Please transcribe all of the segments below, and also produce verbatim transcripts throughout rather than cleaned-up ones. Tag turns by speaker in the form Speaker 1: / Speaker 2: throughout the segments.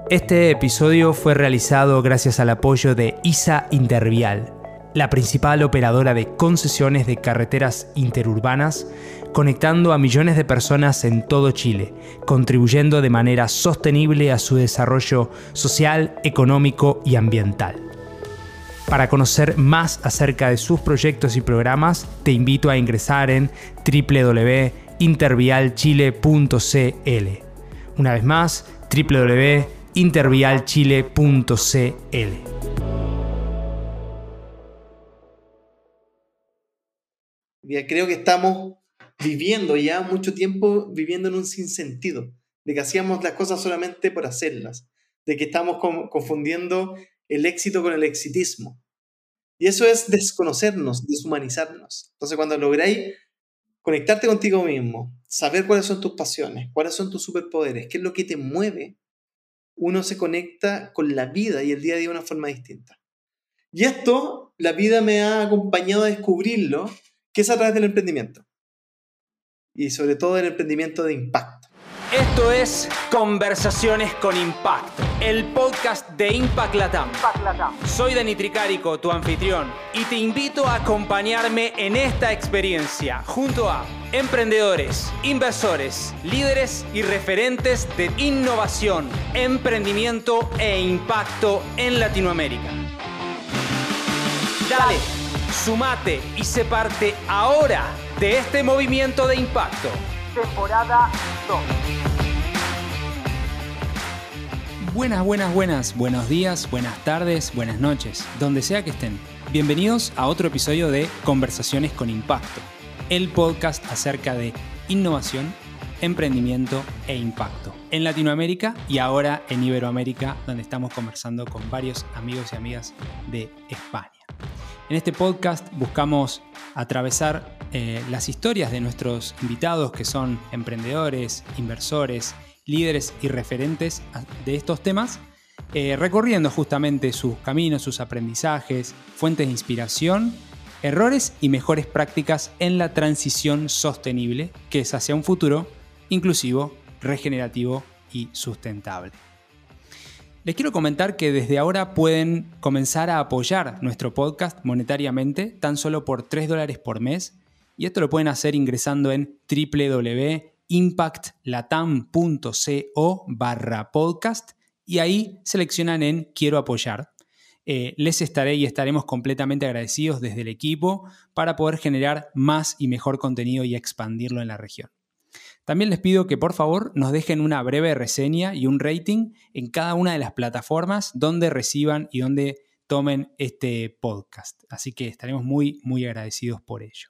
Speaker 1: Este episodio fue realizado gracias al apoyo de ISA Intervial, la principal operadora de concesiones de carreteras interurbanas, conectando a millones de personas en todo Chile, contribuyendo de manera sostenible a su desarrollo social, económico y ambiental. Para conocer más acerca de sus proyectos y programas, te invito a ingresar en doble u doble u doble u punto intervial chile punto c l. Una vez más, doble u doble u doble u punto intervial chile punto c l.
Speaker 2: Creo que estamos viviendo ya mucho tiempo viviendo en un sinsentido, de que hacíamos las cosas solamente por hacerlas, de que estamos confundiendo el éxito con el exitismo. Y eso es desconocernos, deshumanizarnos. Entonces, cuando lográis conectarte contigo mismo, saber cuáles son tus pasiones, cuáles son tus superpoderes, qué es lo que te mueve, uno se conecta con la vida y el día a día de una forma distinta. Y esto, la vida me ha acompañado a descubrirlo, que es a través del emprendimiento. Y sobre todo el emprendimiento de impacto.
Speaker 1: Esto es Conversaciones con Impacto, el podcast de Impact Latam. Soy Dani Tricarico, tu anfitrión, y te invito a acompañarme en esta experiencia junto a emprendedores, inversores, líderes y referentes de innovación, emprendimiento e impacto en Latinoamérica. Dale, sumate y sé parte ahora de este movimiento de impacto. Temporada dos. Buenas, buenas, buenas. Buenos días, buenas tardes, buenas noches. Donde sea que estén. Bienvenidos a otro episodio de Conversaciones con Impacto, el podcast acerca de innovación, emprendimiento e impacto en Latinoamérica y ahora en Iberoamérica, donde estamos conversando con varios amigos y amigas de España. En este podcast buscamos atravesar eh, las historias de nuestros invitados, que son emprendedores, inversores, líderes y referentes de estos temas, eh, recorriendo justamente sus caminos, sus aprendizajes, fuentes de inspiración, errores y mejores prácticas en la transición sostenible, que es hacia un futuro inclusivo, regenerativo y sustentable. Les quiero comentar que desde ahora pueden comenzar a apoyar nuestro podcast monetariamente tan solo por tres dólares por mes, y esto lo pueden hacer ingresando en doble u doble u doble u punto impact latam punto co barra podcast y ahí seleccionan en Quiero apoyar. Eh, les estaré y estaremos completamente agradecidos desde el equipo para poder generar más y mejor contenido y expandirlo en la región. También les pido que por favor nos dejen una breve reseña y un rating en cada una de las plataformas donde reciban y donde tomen este podcast. Así que estaremos muy, muy agradecidos por ello.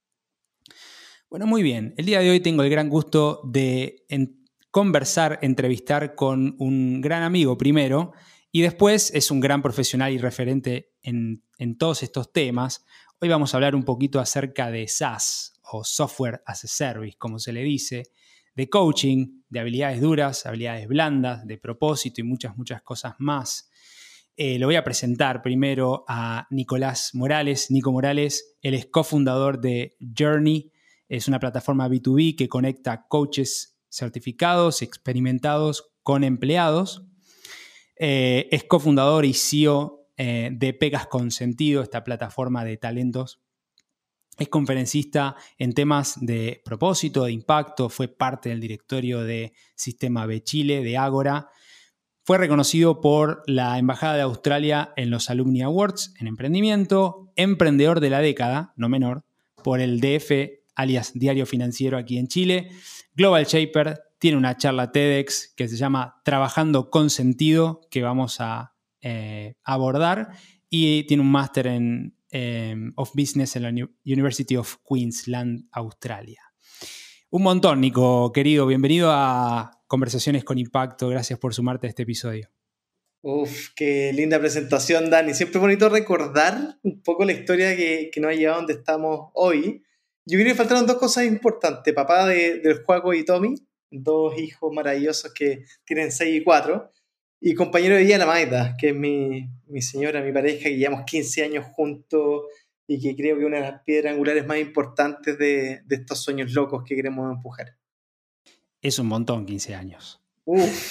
Speaker 1: Bueno, muy bien. El día de hoy tengo el gran gusto de en- conversar, entrevistar con un gran amigo primero y después es un gran profesional y referente en, en todos estos temas. Hoy vamos a hablar un poquito acerca de SaaS o Software as a Service, como se le dice, de coaching, de habilidades duras, habilidades blandas, de propósito y muchas, muchas cosas más. Eh, lo voy a presentar primero a Nicolás Morales. Nico Morales, él es cofundador de Journey. Es una plataforma B dos B que conecta coaches certificados, experimentados con empleados. Eh, es cofundador y C E O eh, de Pegas con Sentido, esta plataforma de talentos. Es conferencista en temas de propósito, de impacto. Fue parte del directorio de Sistema B Chile, de Ágora. Fue reconocido por la Embajada de Australia en los Alumni Awards en emprendimiento. Emprendedor de la década, no menor, por el D F, alias Diario Financiero aquí en Chile. Global Shaper, tiene una charla TEDx que se llama Trabajando con Sentido, que vamos a eh, abordar. Y tiene un máster en eh, of Business en la University of Queensland, Australia. Un montón, Nico, querido. Bienvenido a Conversaciones con Impacto. Gracias por sumarte a este episodio.
Speaker 2: Uf, qué linda presentación, Dani. Siempre es bonito recordar un poco la historia que, que nos ha llevado a donde estamos hoy. Yo creo que faltaron dos cosas importantes. Papá de, del Juaco y Tommy, dos hijos maravillosos que tienen seis y cuatro. Y compañero de vida, la Maida, que es mi, mi señora, mi pareja, que llevamos quince años juntos y que creo que es una de las piedras angulares más importantes de, de estos sueños locos que queremos empujar.
Speaker 1: Es un montón, quince años.
Speaker 2: Uf.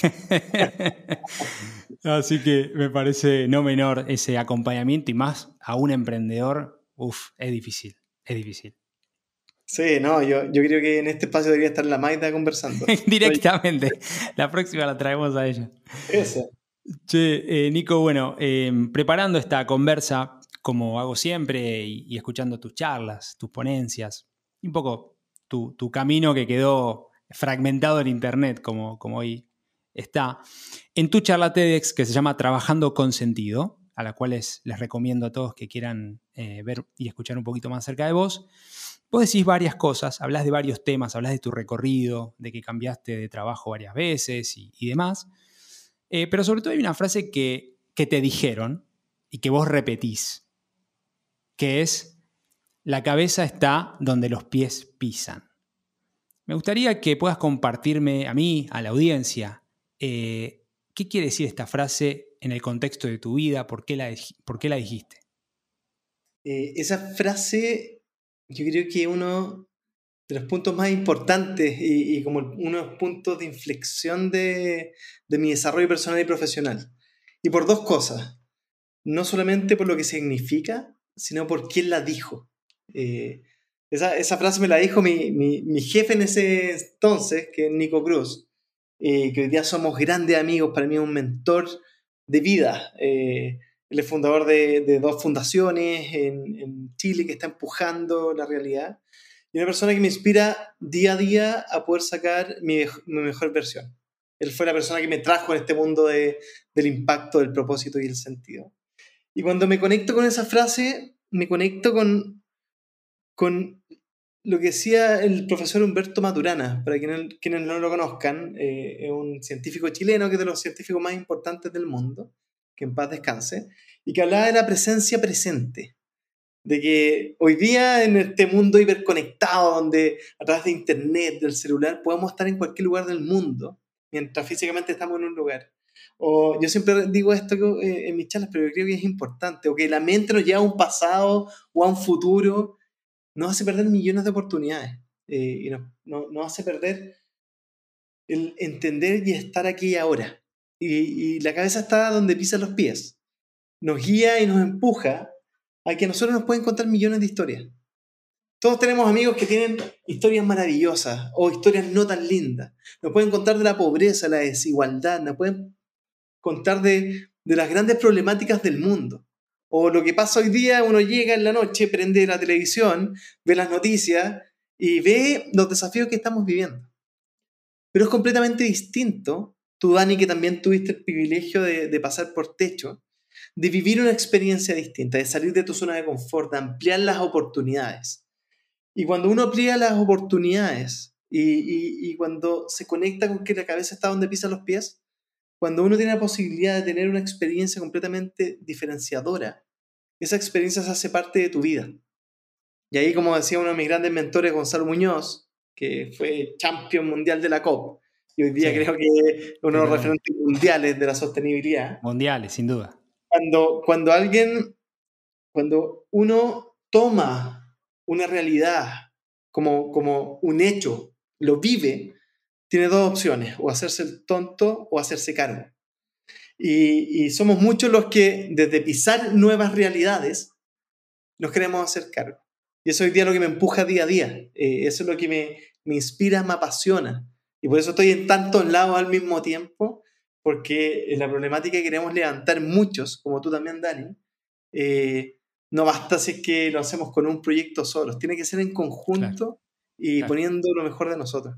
Speaker 1: Así que me parece no menor ese acompañamiento y más a un emprendedor, uf, es difícil, es difícil.
Speaker 2: Sí, no, yo, yo creo que en este espacio debería estar la Maida conversando.
Speaker 1: Directamente, la próxima la traemos a ella.
Speaker 2: Eso.
Speaker 1: Che, eh, Nico, bueno, eh, preparando esta conversa, como hago siempre, y, y escuchando tus charlas, tus ponencias, un poco tu, tu camino que quedó fragmentado en internet, como, como hoy está, en tu charla TEDx que se llama Trabajando con Sentido, a la cual les, les recomiendo a todos que quieran eh, ver y escuchar un poquito más acerca de vos. Vos decís varias cosas, hablas de varios temas, hablas de tu recorrido, de que cambiaste de trabajo varias veces y, y demás. Eh, pero sobre todo hay una frase que, que te dijeron y que vos repetís, que es: la cabeza está donde los pies pisan. Me gustaría que puedas compartirme a mí, a la audiencia, eh, qué quiere decir esta frase en el contexto de tu vida, por qué la, por qué la dijiste.
Speaker 2: Eh, esa frase, yo creo que uno de los puntos más importantes y, y como uno de los puntos de inflexión de, de mi desarrollo personal y profesional. Y por dos cosas. No solamente por lo que significa, sino por quién la dijo. Eh, esa, esa frase me la dijo mi, mi, mi jefe en ese entonces, que es Nico Cruz, eh, que hoy día somos grandes amigos, para mí es un mentor de vida. Eh, él es fundador de, de dos fundaciones en, en Chile que está empujando la realidad. Y una persona que me inspira día a día a poder sacar mi, mi mejor versión. Él fue la persona que me trajo en este mundo de, del impacto, del propósito y el sentido. Y cuando me conecto con esa frase, me conecto con, con lo que decía el profesor Humberto Maturana. Para quienes, quienes no lo conozcan, eh, es un científico chileno que es de los científicos más importantes del mundo, que en paz descanse, y que hablaba de la presencia presente. De que hoy día en este mundo hiperconectado, donde a través de internet, del celular, podemos estar en cualquier lugar del mundo, mientras físicamente estamos en un lugar. O yo siempre digo esto eh, en mis charlas, pero yo creo que es importante, o que la mente nos lleva a un pasado o a un futuro, nos hace perder millones de oportunidades, eh, y nos, no, nos hace perder el entender y estar aquí y ahora. Y, y la cabeza está donde pisan los pies. Nos guía y nos empuja a que a nosotros nos pueden contar millones de historias. Todos tenemos amigos que tienen historias maravillosas o historias no tan lindas. Nos pueden contar de la pobreza, la desigualdad, nos pueden contar de, de las grandes problemáticas del mundo. O lo que pasa hoy día, uno llega en la noche, prende la televisión, ve las noticias y ve los desafíos que estamos viviendo. Pero es completamente distinto. Tú, Dani, que también tuviste el privilegio de, de pasar por techo, de vivir una experiencia distinta, de salir de tu zona de confort, de ampliar las oportunidades. Y cuando uno amplía las oportunidades y, y, y cuando se conecta con que la cabeza está donde pisan los pies, cuando uno tiene la posibilidad de tener una experiencia completamente diferenciadora, esa experiencia se hace parte de tu vida. Y ahí, como decía uno de mis grandes mentores, Gonzalo Muñoz, que fue champion mundial de la COP, y hoy día sí, creo que es uno de los referentes mundiales de la sostenibilidad.
Speaker 1: Mundiales, sin duda.
Speaker 2: Cuando, cuando alguien, cuando uno toma una realidad como, como un hecho, lo vive, tiene dos opciones: o hacerse el tonto o hacerse cargo. Y, y somos muchos los que desde pisar nuevas realidades nos queremos hacer cargo. Y eso hoy día es lo que me empuja día a día. Eh, eso es lo que me, me inspira, me apasiona. Y por eso estoy en tantos lados al mismo tiempo, porque la problemática que queremos levantar muchos, como tú también, Dani, eh, no basta si es que lo hacemos con un proyecto solos. Tiene que ser en conjunto, claro, y claro, poniendo lo mejor de nosotros.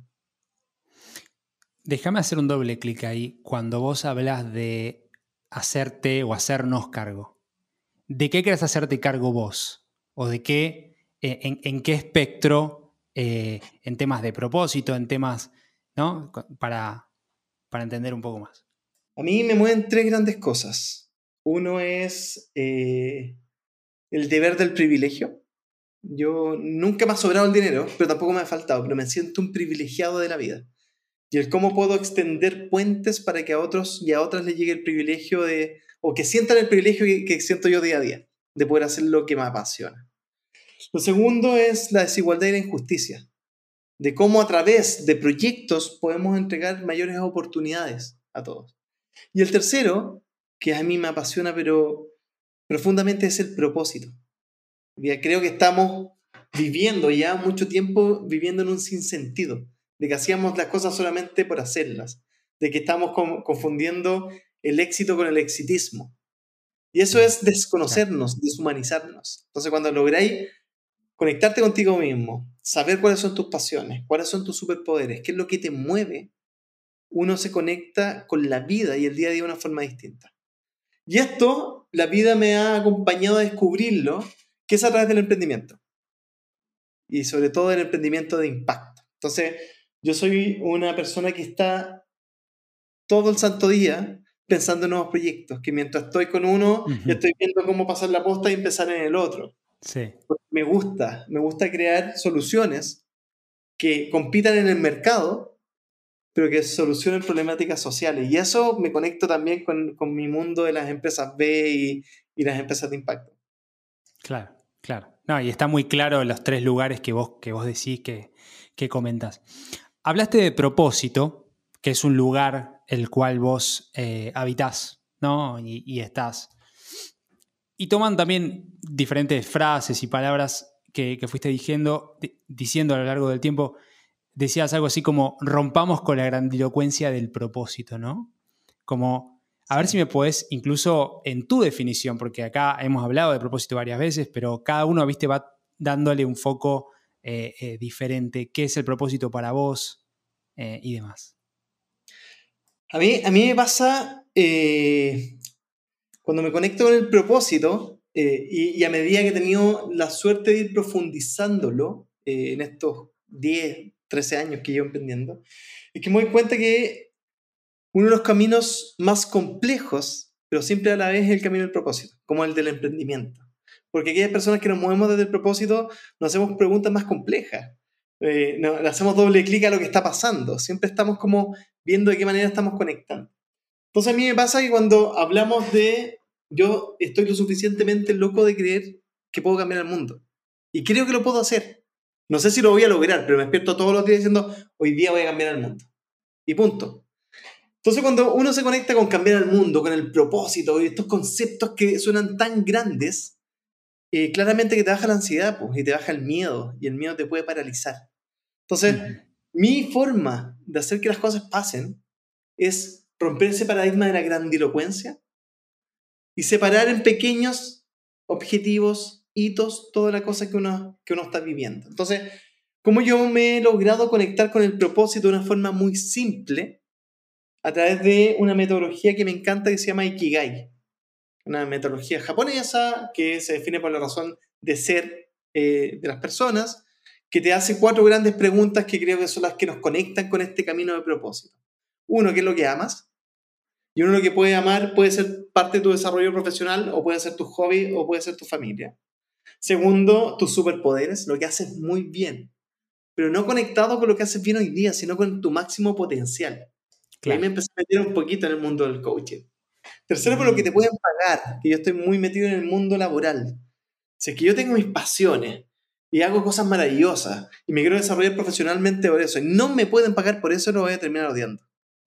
Speaker 1: Déjame hacer un doble clic ahí cuando vos hablas de hacerte o hacernos cargo. ¿De qué querés hacerte cargo vos? ¿O de qué, eh, en, en qué espectro, eh, en temas de propósito, en temas, ¿no? Para, para entender un poco más.
Speaker 2: A mí me mueven tres grandes cosas. Uno es eh, el deber del privilegio. Yo nunca me ha sobrado el dinero, pero tampoco me ha faltado, pero me siento un privilegiado de la vida. Y el cómo puedo extender puentes para que a otros y a otras les llegue el privilegio de, o que sientan el privilegio que, que siento yo día a día, de poder hacer lo que me apasiona. Lo segundo es la desigualdad y la injusticia. de cómo a través de proyectos podemos entregar mayores oportunidades a todos. Y el tercero, que a mí me apasiona pero profundamente, es el propósito. Ya creo que estamos viviendo ya mucho tiempo viviendo en un sinsentido, de que hacíamos las cosas solamente por hacerlas, de que estamos com- confundiendo el éxito con el exitismo. Y eso es desconocernos, deshumanizarnos. Entonces, cuando lográis conectarte contigo mismo, saber cuáles son tus pasiones, cuáles son tus superpoderes, qué es lo que te mueve, uno se conecta con la vida y el día a día de una forma distinta. Y esto, la vida me ha acompañado a descubrirlo, que es a través del emprendimiento. Y sobre todo el emprendimiento de impacto. Entonces, yo soy una persona que está todo el santo día pensando en nuevos proyectos, que mientras estoy con uno,
Speaker 1: Uh-huh.
Speaker 2: ya estoy viendo cómo pasar la posta y empezar en el otro.
Speaker 1: Sí.
Speaker 2: Me gusta, me gusta crear soluciones que compitan en el mercado, pero que solucionen problemáticas sociales. Y eso me conecto también con, con mi mundo de las empresas B y, y las empresas de impacto.
Speaker 1: Claro, claro. No, y está muy claro los tres lugares que vos, que vos decís que, que comentás. Hablaste de propósito, que es un lugar el cual vos eh, habitás, ¿no? Y, y estás. Y toman también diferentes frases y palabras que, que fuiste diciendo, di- diciendo a lo largo del tiempo. Decías algo así como rompamos con la grandilocuencia del propósito, ¿no? Como, a ver si me podés, incluso en tu definición, porque acá hemos hablado de propósito varias veces, pero cada uno, viste, va dándole un foco eh, eh, diferente. ¿Qué es el propósito para vos? Eh, y demás.
Speaker 2: A mí, a mí me pasa eh, cuando me conecto con el propósito eh, y, y a medida que he tenido la suerte de ir profundizándolo eh, en estos diez, trece años que llevo emprendiendo, es que me doy cuenta que uno de los caminos más complejos, pero siempre a la vez, es el camino del propósito, como el del emprendimiento. Porque aquellas personas que nos movemos desde el propósito nos hacemos preguntas más complejas. Eh, no, le hacemos doble clic a lo que está pasando. Siempre estamos como viendo de qué manera estamos conectando. Entonces a mí me pasa que cuando hablamos de yo estoy lo suficientemente loco de creer que puedo cambiar el mundo. Y creo que lo puedo hacer. No sé si lo voy a lograr, pero me despierto todos los días diciendo, hoy día voy a cambiar el mundo. Y punto. Entonces cuando uno se conecta con cambiar el mundo, con el propósito y estos conceptos que suenan tan grandes, eh, claramente que te baja la ansiedad pues, y te baja el miedo y el miedo te puede paralizar. Entonces,
Speaker 1: Uh-huh.
Speaker 2: mi forma de hacer que las cosas pasen es romper ese paradigma de la grandilocuencia y separar en pequeños objetivos, hitos, toda la cosa que uno, que uno está viviendo. Entonces, ¿cómo yo me he logrado conectar con el propósito de una forma muy simple? A través de una metodología que me encanta que se llama Ikigai. Una metodología japonesa que se define por la razón de ser eh, de las personas, que te hace cuatro grandes preguntas que creo que son las que nos conectan con este camino de propósito. Uno, ¿qué es lo que amas? Y uno lo que puede amar puede ser parte de tu desarrollo profesional, o puede ser tu hobby, o puede ser tu familia. Segundo, tus superpoderes, lo que haces muy bien, pero no conectado con lo que haces bien hoy día, sino con tu máximo potencial. Y ahí
Speaker 1: Claro.
Speaker 2: me empecé a meter un poquito en el mundo del coaching. Tercero, por lo que te
Speaker 1: Mm.
Speaker 2: pueden pagar, que yo estoy muy metido en el mundo laboral. Si es que yo tengo mis pasiones y hago cosas maravillosas y me quiero desarrollar profesionalmente por eso y no me pueden pagar por eso, lo voy a terminar odiando.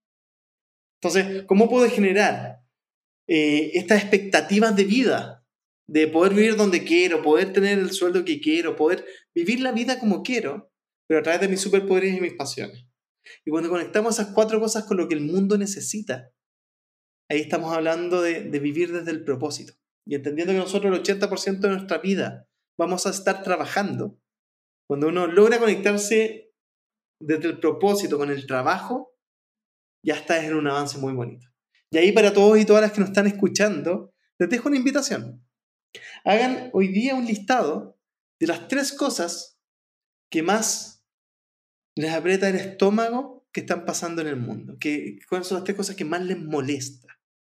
Speaker 2: Entonces, ¿cómo puedo generar eh, estas expectativas de vida? De poder vivir donde quiero, poder tener el sueldo que quiero, poder vivir la vida como quiero, pero a través de mis superpoderes y mis pasiones. Y cuando conectamos esas cuatro cosas con lo que el mundo necesita, ahí estamos hablando de, de vivir desde el propósito. Y entendiendo que nosotros el ochenta por ciento de nuestra vida vamos a estar trabajando, cuando uno logra conectarse desde el propósito con el trabajo, ya está en un avance muy bonito. Y ahí para todos y todas las que nos están escuchando, les dejo una invitación. Hagan hoy día un listado de las tres cosas que más les aprieta el estómago que están pasando en el mundo. Que, ¿Cuáles son las tres cosas que más les molesta?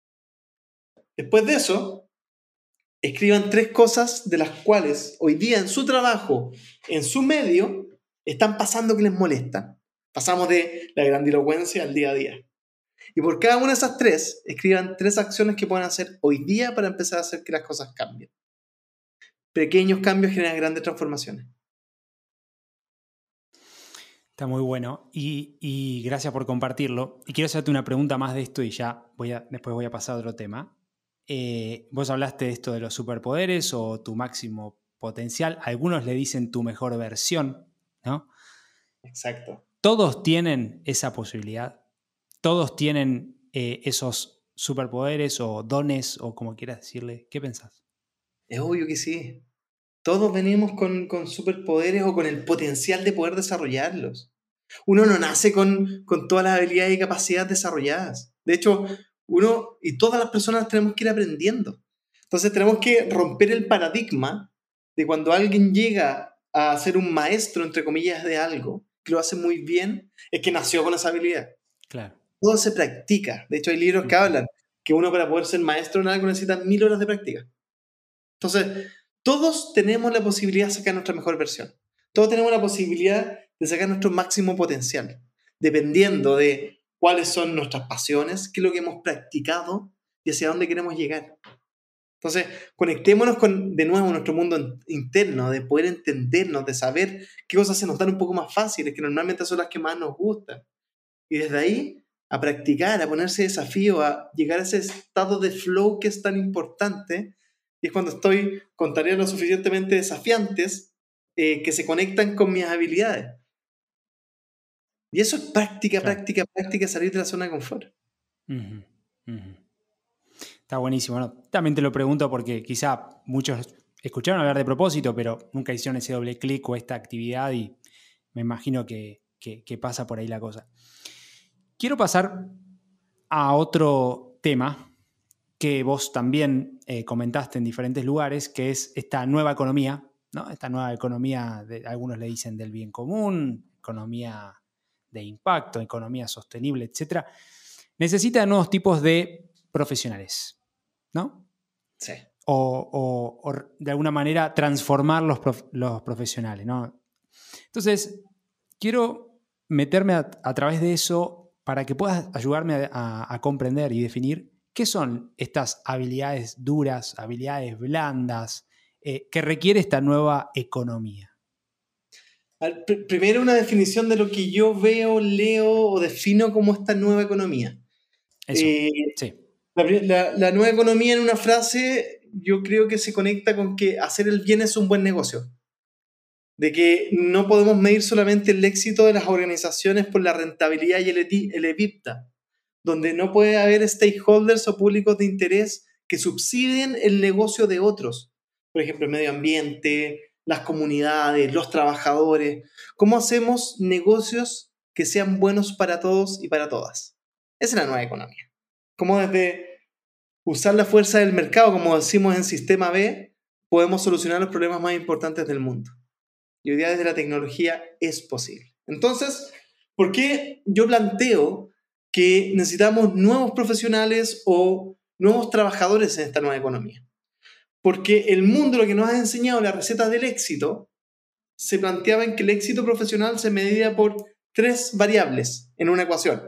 Speaker 2: Después de eso, escriban tres cosas de las cuales hoy día en su trabajo, en su medio, están pasando que les molestan. Pasamos de la grandilocuencia al día a día. Y por cada una de esas tres, escriban tres acciones que pueden hacer hoy día para empezar a hacer que las cosas cambien. Pequeños cambios generan grandes transformaciones.
Speaker 1: Está muy bueno y, y gracias por compartirlo. Y quiero hacerte una pregunta más de esto y ya voy a, después voy a pasar a otro tema. Eh, vos hablaste de esto de los superpoderes o tu máximo potencial. Algunos le dicen tu mejor versión, ¿no?
Speaker 2: Exacto.
Speaker 1: Todos tienen esa posibilidad. Todos tienen eh, esos superpoderes o dones o como quieras decirle. ¿Qué pensás?
Speaker 2: Es obvio que sí. Todos venimos con, con superpoderes o con el potencial de poder desarrollarlos. Uno no nace con, con todas las habilidades y capacidades desarrolladas. De hecho, uno y todas las personas tenemos que ir aprendiendo. Entonces tenemos que romper el paradigma de cuando alguien llega a ser un maestro, entre comillas, de algo, que lo hace muy bien, es que nació con esa habilidad.
Speaker 1: Claro.
Speaker 2: Todo se practica. De hecho, hay libros que hablan que uno para poder ser maestro en algo necesita mil horas de práctica. Entonces, todos tenemos la posibilidad de sacar nuestra mejor versión. Todos tenemos la posibilidad de sacar nuestro máximo potencial, dependiendo de cuáles son nuestras pasiones, qué es lo que hemos practicado y hacia dónde queremos llegar. Entonces, conectémonos con, de nuevo, nuestro mundo interno, de poder entendernos, de saber qué cosas se nos dan un poco más fáciles, que normalmente son las que más nos gustan. Y desde ahí, a practicar, a ponerse desafío, a llegar a ese estado de flow que es tan importante. Y es cuando estoy con tareas lo suficientemente desafiantes eh, que se conectan con mis habilidades. Y eso es práctica,
Speaker 1: Claro.
Speaker 2: práctica, práctica, salir de la zona de confort.
Speaker 1: Uh-huh. Uh-huh. Está buenísimo. Bueno, también te lo pregunto porque quizá muchos escucharon hablar de propósito, pero nunca hicieron ese doble clic o esta actividad y me imagino que, que, que pasa por ahí la cosa. Quiero pasar a otro tema que vos también eh, comentaste en diferentes lugares, que es esta nueva economía, ¿no? Esta nueva economía, de, algunos le dicen del bien común, economía de impacto, economía sostenible, etcétera. Necesita nuevos tipos de profesionales, ¿no?
Speaker 2: Sí.
Speaker 1: O, o, o de alguna manera transformar los, prof, los profesionales, ¿no? Entonces, quiero meterme a, a través de eso para que puedas ayudarme a, a, a comprender y definir qué son estas habilidades duras, habilidades blandas, eh, que requiere esta nueva economía.
Speaker 2: Primero, una definición de lo que yo veo, leo o defino como esta nueva economía.
Speaker 1: Eso,
Speaker 2: eh,
Speaker 1: sí.
Speaker 2: La, la, la nueva economía, en una frase, yo creo que se conecta con que hacer el bien es un buen negocio. De que no podemos medir solamente el éxito de las organizaciones por la rentabilidad y el, el EBITDA, donde no puede haber stakeholders o públicos de interés que subsidien el negocio de otros. Por ejemplo, el medio ambiente, las comunidades, los trabajadores. ¿Cómo hacemos negocios que sean buenos para todos y para todas? Esa es la nueva economía. Cómo desde usar la fuerza del mercado, como decimos en Sistema B, podemos solucionar los problemas más importantes del mundo. Y hoy día desde la tecnología es posible. Entonces, ¿por qué yo planteo que necesitamos nuevos profesionales o nuevos trabajadores en esta nueva economía? Porque el mundo, lo que nos ha enseñado, la receta del éxito, se planteaba en que el éxito profesional se medía por tres variables en una ecuación.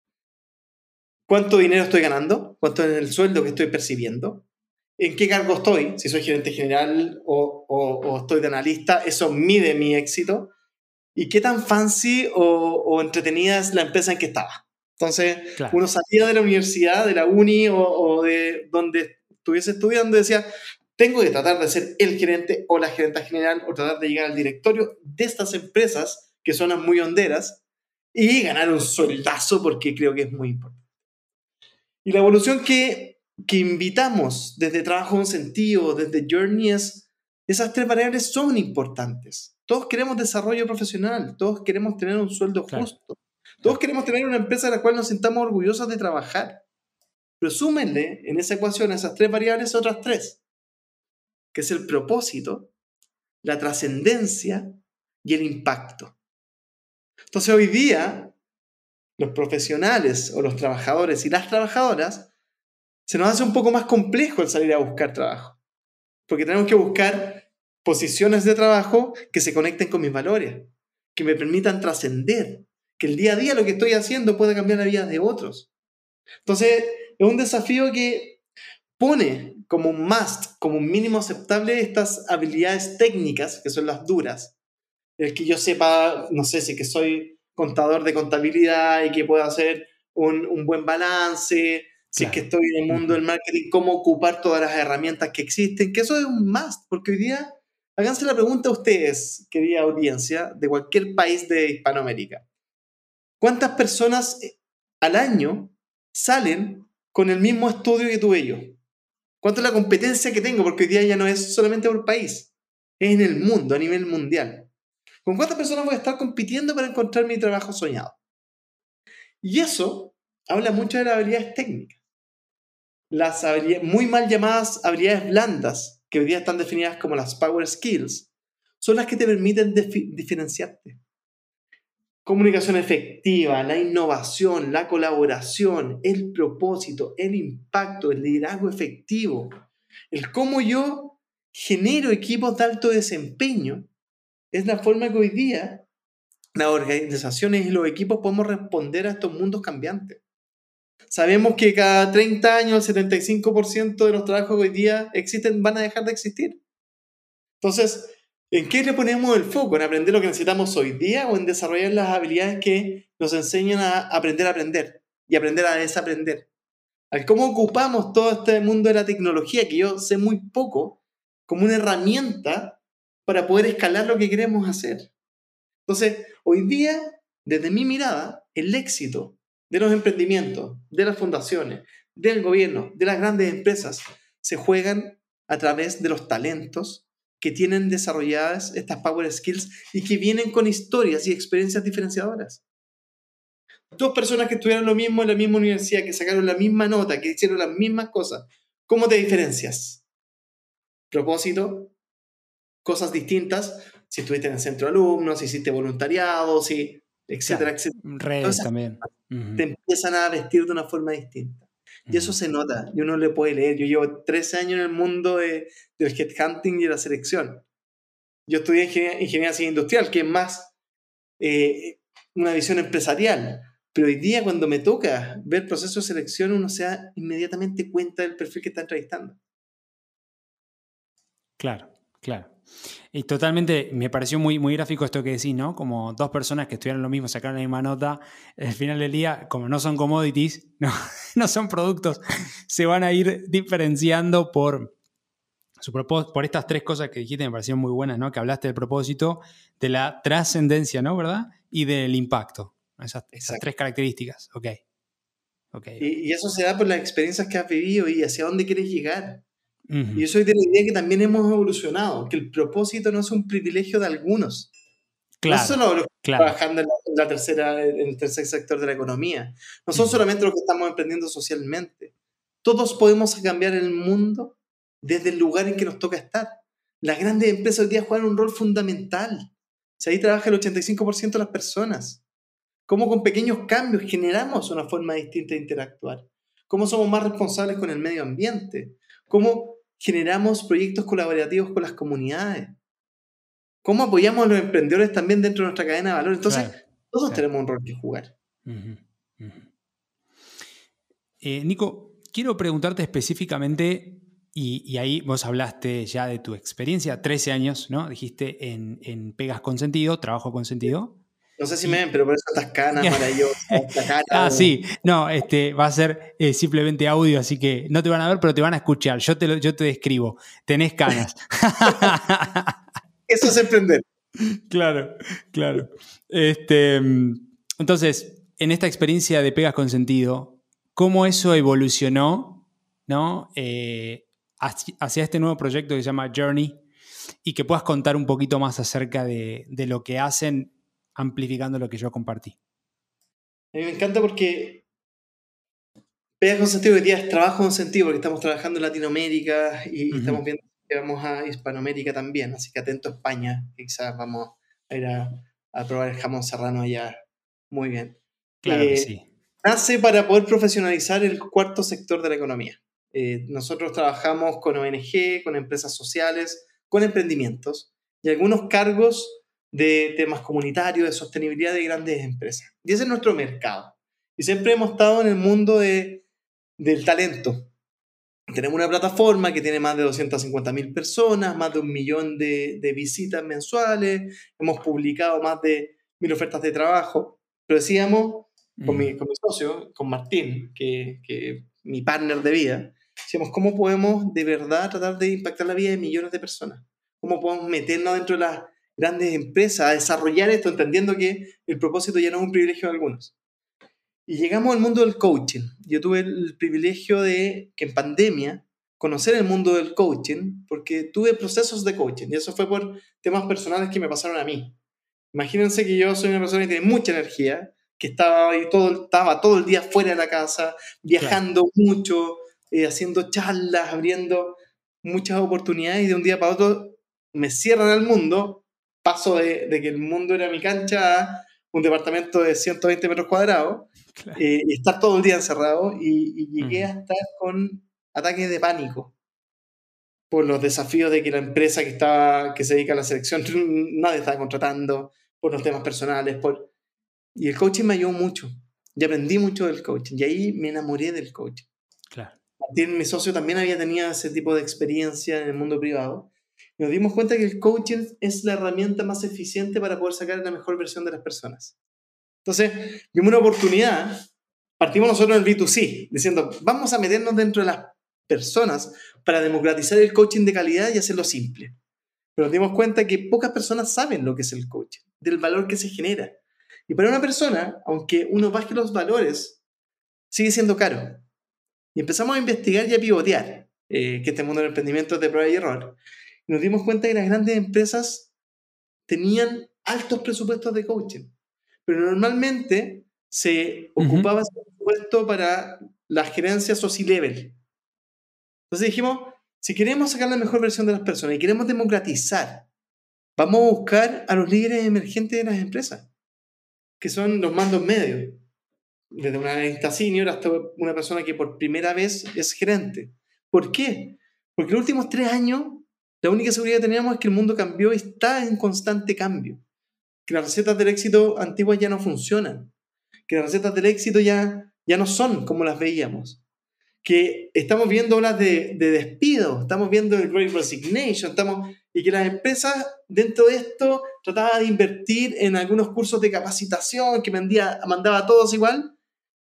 Speaker 2: ¿Cuánto dinero estoy ganando? ¿Cuánto es el sueldo que estoy percibiendo? ¿En qué cargo estoy? Si soy gerente general o, o, o estoy de analista, eso mide mi éxito. ¿Y qué tan fancy o, o entretenida es la empresa en que estaba? Entonces, claro, uno salía de la universidad, de la uni o, o de donde estuviese estudiando y decía, tengo que tratar de ser el gerente o la gerenta general o tratar de llegar al directorio de estas empresas que son muy honderas y ganar un sueldazo porque creo que es muy importante. Y la evolución que, que invitamos desde Trabajo con Sentido, desde Journey, es, esas tres variables son importantes. Todos queremos desarrollo profesional, todos queremos tener un sueldo claro, justo, todos claro. queremos tener una empresa a la cual nos sintamos orgullosos de trabajar. Pero súmenle en esa ecuación esas tres variables otras tres, que es el propósito, la trascendencia y el impacto. Entonces hoy día, los profesionales o los trabajadores y las trabajadoras, se nos hace un poco más complejo el salir a buscar trabajo. Porque tenemos que buscar posiciones de trabajo que se conecten con mis valores, que me permitan trascender, que el día a día lo que estoy haciendo pueda cambiar la vida de otros. Entonces, es un desafío que pone como un must, como un mínimo aceptable estas habilidades técnicas, que son las duras. El que yo sepa, no sé, si que soy contador de contabilidad y que pueda hacer un, un buen balance. Si
Speaker 1: Claro.
Speaker 2: es que estoy en el mundo del marketing, cómo ocupar todas las herramientas que existen, que eso es un must, porque hoy día, háganse la pregunta a ustedes, querida audiencia, de cualquier país de Hispanoamérica. ¿Cuántas personas al año salen con el mismo estudio que tuve yo? ¿Cuánto es la competencia que tengo? Porque hoy día ya no es solamente por país, es en el mundo, a nivel mundial. ¿Con cuántas personas voy a estar compitiendo para encontrar mi trabajo soñado? Y eso habla mucho de las habilidades técnicas. Las habilidades, muy mal llamadas habilidades blandas, que hoy día están definidas como las power skills, son las que te permiten diferenciarte. Comunicación efectiva, la innovación, la colaboración, el propósito, el impacto, el liderazgo efectivo, el cómo yo genero equipos de alto desempeño, es la forma que hoy día las organizaciones y los equipos podemos responder a estos mundos cambiantes. Sabemos que cada treinta años el setenta y cinco por ciento de los trabajos que hoy día existen van a dejar de existir. Entonces, ¿en qué le ponemos el foco? ¿En aprender lo que necesitamos hoy día o en desarrollar las habilidades que nos enseñan a aprender a aprender y aprender a desaprender? Al cómo ocupamos todo este mundo de la tecnología, que yo sé muy poco, como una herramienta para poder escalar lo que queremos hacer. Entonces, hoy día, desde mi mirada, el éxito de los emprendimientos, de las fundaciones, del gobierno, de las grandes empresas, se juegan a través de los talentos que tienen desarrolladas estas power skills y que vienen con historias y experiencias diferenciadoras. Dos personas que estudiaron lo mismo en la misma universidad, que sacaron la misma nota, que hicieron las mismas cosas, ¿cómo te diferencias? Propósito, cosas distintas, si estuviste en el centro de alumnos, si hiciste voluntariado, si, etcétera,
Speaker 1: Claro.
Speaker 2: etcétera.
Speaker 1: Redes
Speaker 2: Entonces,
Speaker 1: también. Uh-huh.
Speaker 2: te empiezan a vestir de una forma distinta. Y eso se nota, y uno le puede leer. Yo llevo trece años en el mundo de, del headhunting y de la selección. Yo estudié ingeniería, ingeniería civil industrial, que es más eh, una visión empresarial. Pero hoy día, cuando me toca ver procesos de selección, uno se da inmediatamente cuenta del perfil que está entrevistando.
Speaker 1: Claro, claro. Y totalmente, me pareció muy, muy gráfico esto que decís, ¿no? Como dos personas que estudiaron lo mismo, sacaron la misma nota, al final del día, como no son commodities, no, no son productos, se van a ir diferenciando por, su propós- por estas tres cosas que dijiste, me parecieron muy buenas, ¿no? Que hablaste del propósito, de la trascendencia, ¿no? ¿Verdad? Y del impacto. Esas, esas tres características. Ok. okay,
Speaker 2: Y,
Speaker 1: okay.
Speaker 2: y eso se da por las experiencias que has vivido y hacia dónde quieres llegar.
Speaker 1: Uh-huh.
Speaker 2: Y yo soy de la idea que también hemos evolucionado, que el propósito no es un privilegio de algunos.
Speaker 1: Claro,
Speaker 2: no solo los que
Speaker 1: claro.
Speaker 2: están trabajando en, la, en, la tercera, en el tercer sector de la economía. No son uh-huh. solamente los que estamos emprendiendo socialmente. Todos podemos cambiar el mundo desde el lugar en que nos toca estar. Las grandes empresas hoy día juegan un rol fundamental. O sea, ahí trabaja el ochenta y cinco por ciento de las personas. Cómo con pequeños cambios generamos una forma distinta de interactuar. Cómo somos más responsables con el medio ambiente. Cómo generamos proyectos colaborativos con las comunidades. ¿Cómo apoyamos a los emprendedores también dentro de nuestra cadena de valor? Entonces, claro, todos claro. tenemos un rol que jugar.
Speaker 1: Uh-huh. Uh-huh. Eh, Nico, quiero preguntarte específicamente, y, y ahí vos hablaste ya de tu experiencia, trece años, ¿no? Dijiste en, en Pegas con Sentido, trabajo con sentido.
Speaker 2: No sé si y... me ven, pero por eso estas canas maravillosas. Esta cara
Speaker 1: ah,
Speaker 2: de...
Speaker 1: sí. No, este, va a ser eh, simplemente audio, así que no te van a ver, pero te van a escuchar. Yo te, lo, yo te describo. Tenés canas.
Speaker 2: Eso es emprender.
Speaker 1: Claro, claro. Este, entonces, en esta experiencia de Pegas con Sentido, ¿cómo eso evolucionó, ¿no? eh, hacia, hacia este nuevo proyecto que se llama Journey? Y que puedas contar un poquito más acerca de, de lo que hacen, amplificando lo que yo compartí.
Speaker 2: A mí me encanta porque Pegas con Sentido hoy día es trabajo con sentido, porque estamos trabajando en Latinoamérica y uh-huh. estamos viendo que vamos a Hispanoamérica también, así que atento a España, que quizás vamos a ir a, a probar el jamón serrano allá. Muy bien.
Speaker 1: Claro
Speaker 2: eh,
Speaker 1: que sí.
Speaker 2: Nace para poder profesionalizar el cuarto sector de la economía. Eh, nosotros trabajamos con O N G, con empresas sociales, con emprendimientos y algunos cargos de temas comunitarios, de sostenibilidad de grandes empresas. Y ese es nuestro mercado. Y siempre hemos estado en el mundo de, del talento. Tenemos una plataforma que tiene más de doscientas cincuenta mil personas, más de un millón de, de visitas mensuales, hemos publicado más de mil ofertas de trabajo Pero decíamos, con,
Speaker 1: Mm.
Speaker 2: mi, con mi socio, con Martín, que, que mi partner de vida, decíamos, ¿cómo podemos de verdad tratar de impactar la vida de millones de personas? ¿Cómo podemos meternos dentro de las grandes empresas a desarrollar esto, entendiendo que el propósito ya no es un privilegio de algunos? Y llegamos al mundo del coaching. Yo tuve el privilegio de que en pandemia conocer el mundo del coaching, porque tuve procesos de coaching, y eso fue por temas personales que me pasaron a mí. Imagínense que yo soy una persona que tiene mucha energía, que estaba, ahí todo, estaba todo el día fuera de la casa, viajando claro. mucho, eh, haciendo charlas, abriendo muchas oportunidades, y de un día para otro me cierran al mundo, paso de, de que el mundo era mi cancha a un departamento de ciento veinte metros cuadrados, claro. eh, y estar todo el día encerrado, y, y llegué uh-huh. a estar con ataques de pánico por los desafíos de que la empresa que, estaba, que se dedica a la selección, nadie estaba contratando, por los temas personales, por... y el coaching me ayudó mucho, y aprendí mucho del coaching, y ahí me enamoré del coaching.
Speaker 1: Claro.
Speaker 2: Martín, mi socio, también había tenido ese tipo de experiencia en el mundo privado, y nos dimos cuenta que el coaching es la herramienta más eficiente para poder sacar la mejor versión de las personas. Entonces, vimos una oportunidad, partimos nosotros en el B dos C, diciendo, vamos a meternos dentro de las personas para democratizar el coaching de calidad y hacerlo simple. Pero nos dimos cuenta que pocas personas saben lo que es el coaching, del valor que se genera. Y para una persona, aunque uno baje los valores, sigue siendo caro. Y empezamos a investigar y a pivotear, eh, que este mundo del emprendimiento es de prueba y error. Y nos dimos cuenta que las grandes empresas tenían altos presupuestos de coaching, pero normalmente se ocupaba uh-huh. ese presupuesto para las gerencias o C-level. Entonces dijimos, si queremos sacar la mejor versión de las personas y queremos democratizar, vamos a buscar a los líderes emergentes de las empresas, que son los mandos medios, desde una analista senior hasta una persona que por primera vez es gerente. ¿Por qué? Porque en los últimos tres años la única seguridad que teníamos es que el mundo cambió y está en constante cambio, que las recetas del éxito antiguas ya no funcionan, que las recetas del éxito ya, ya no son como las veíamos, que estamos viendo olas de, de despido, estamos viendo el Great Resignation, estamos, y que las empresas dentro de esto trataban de invertir en algunos cursos de capacitación que mandía, mandaba a todos igual,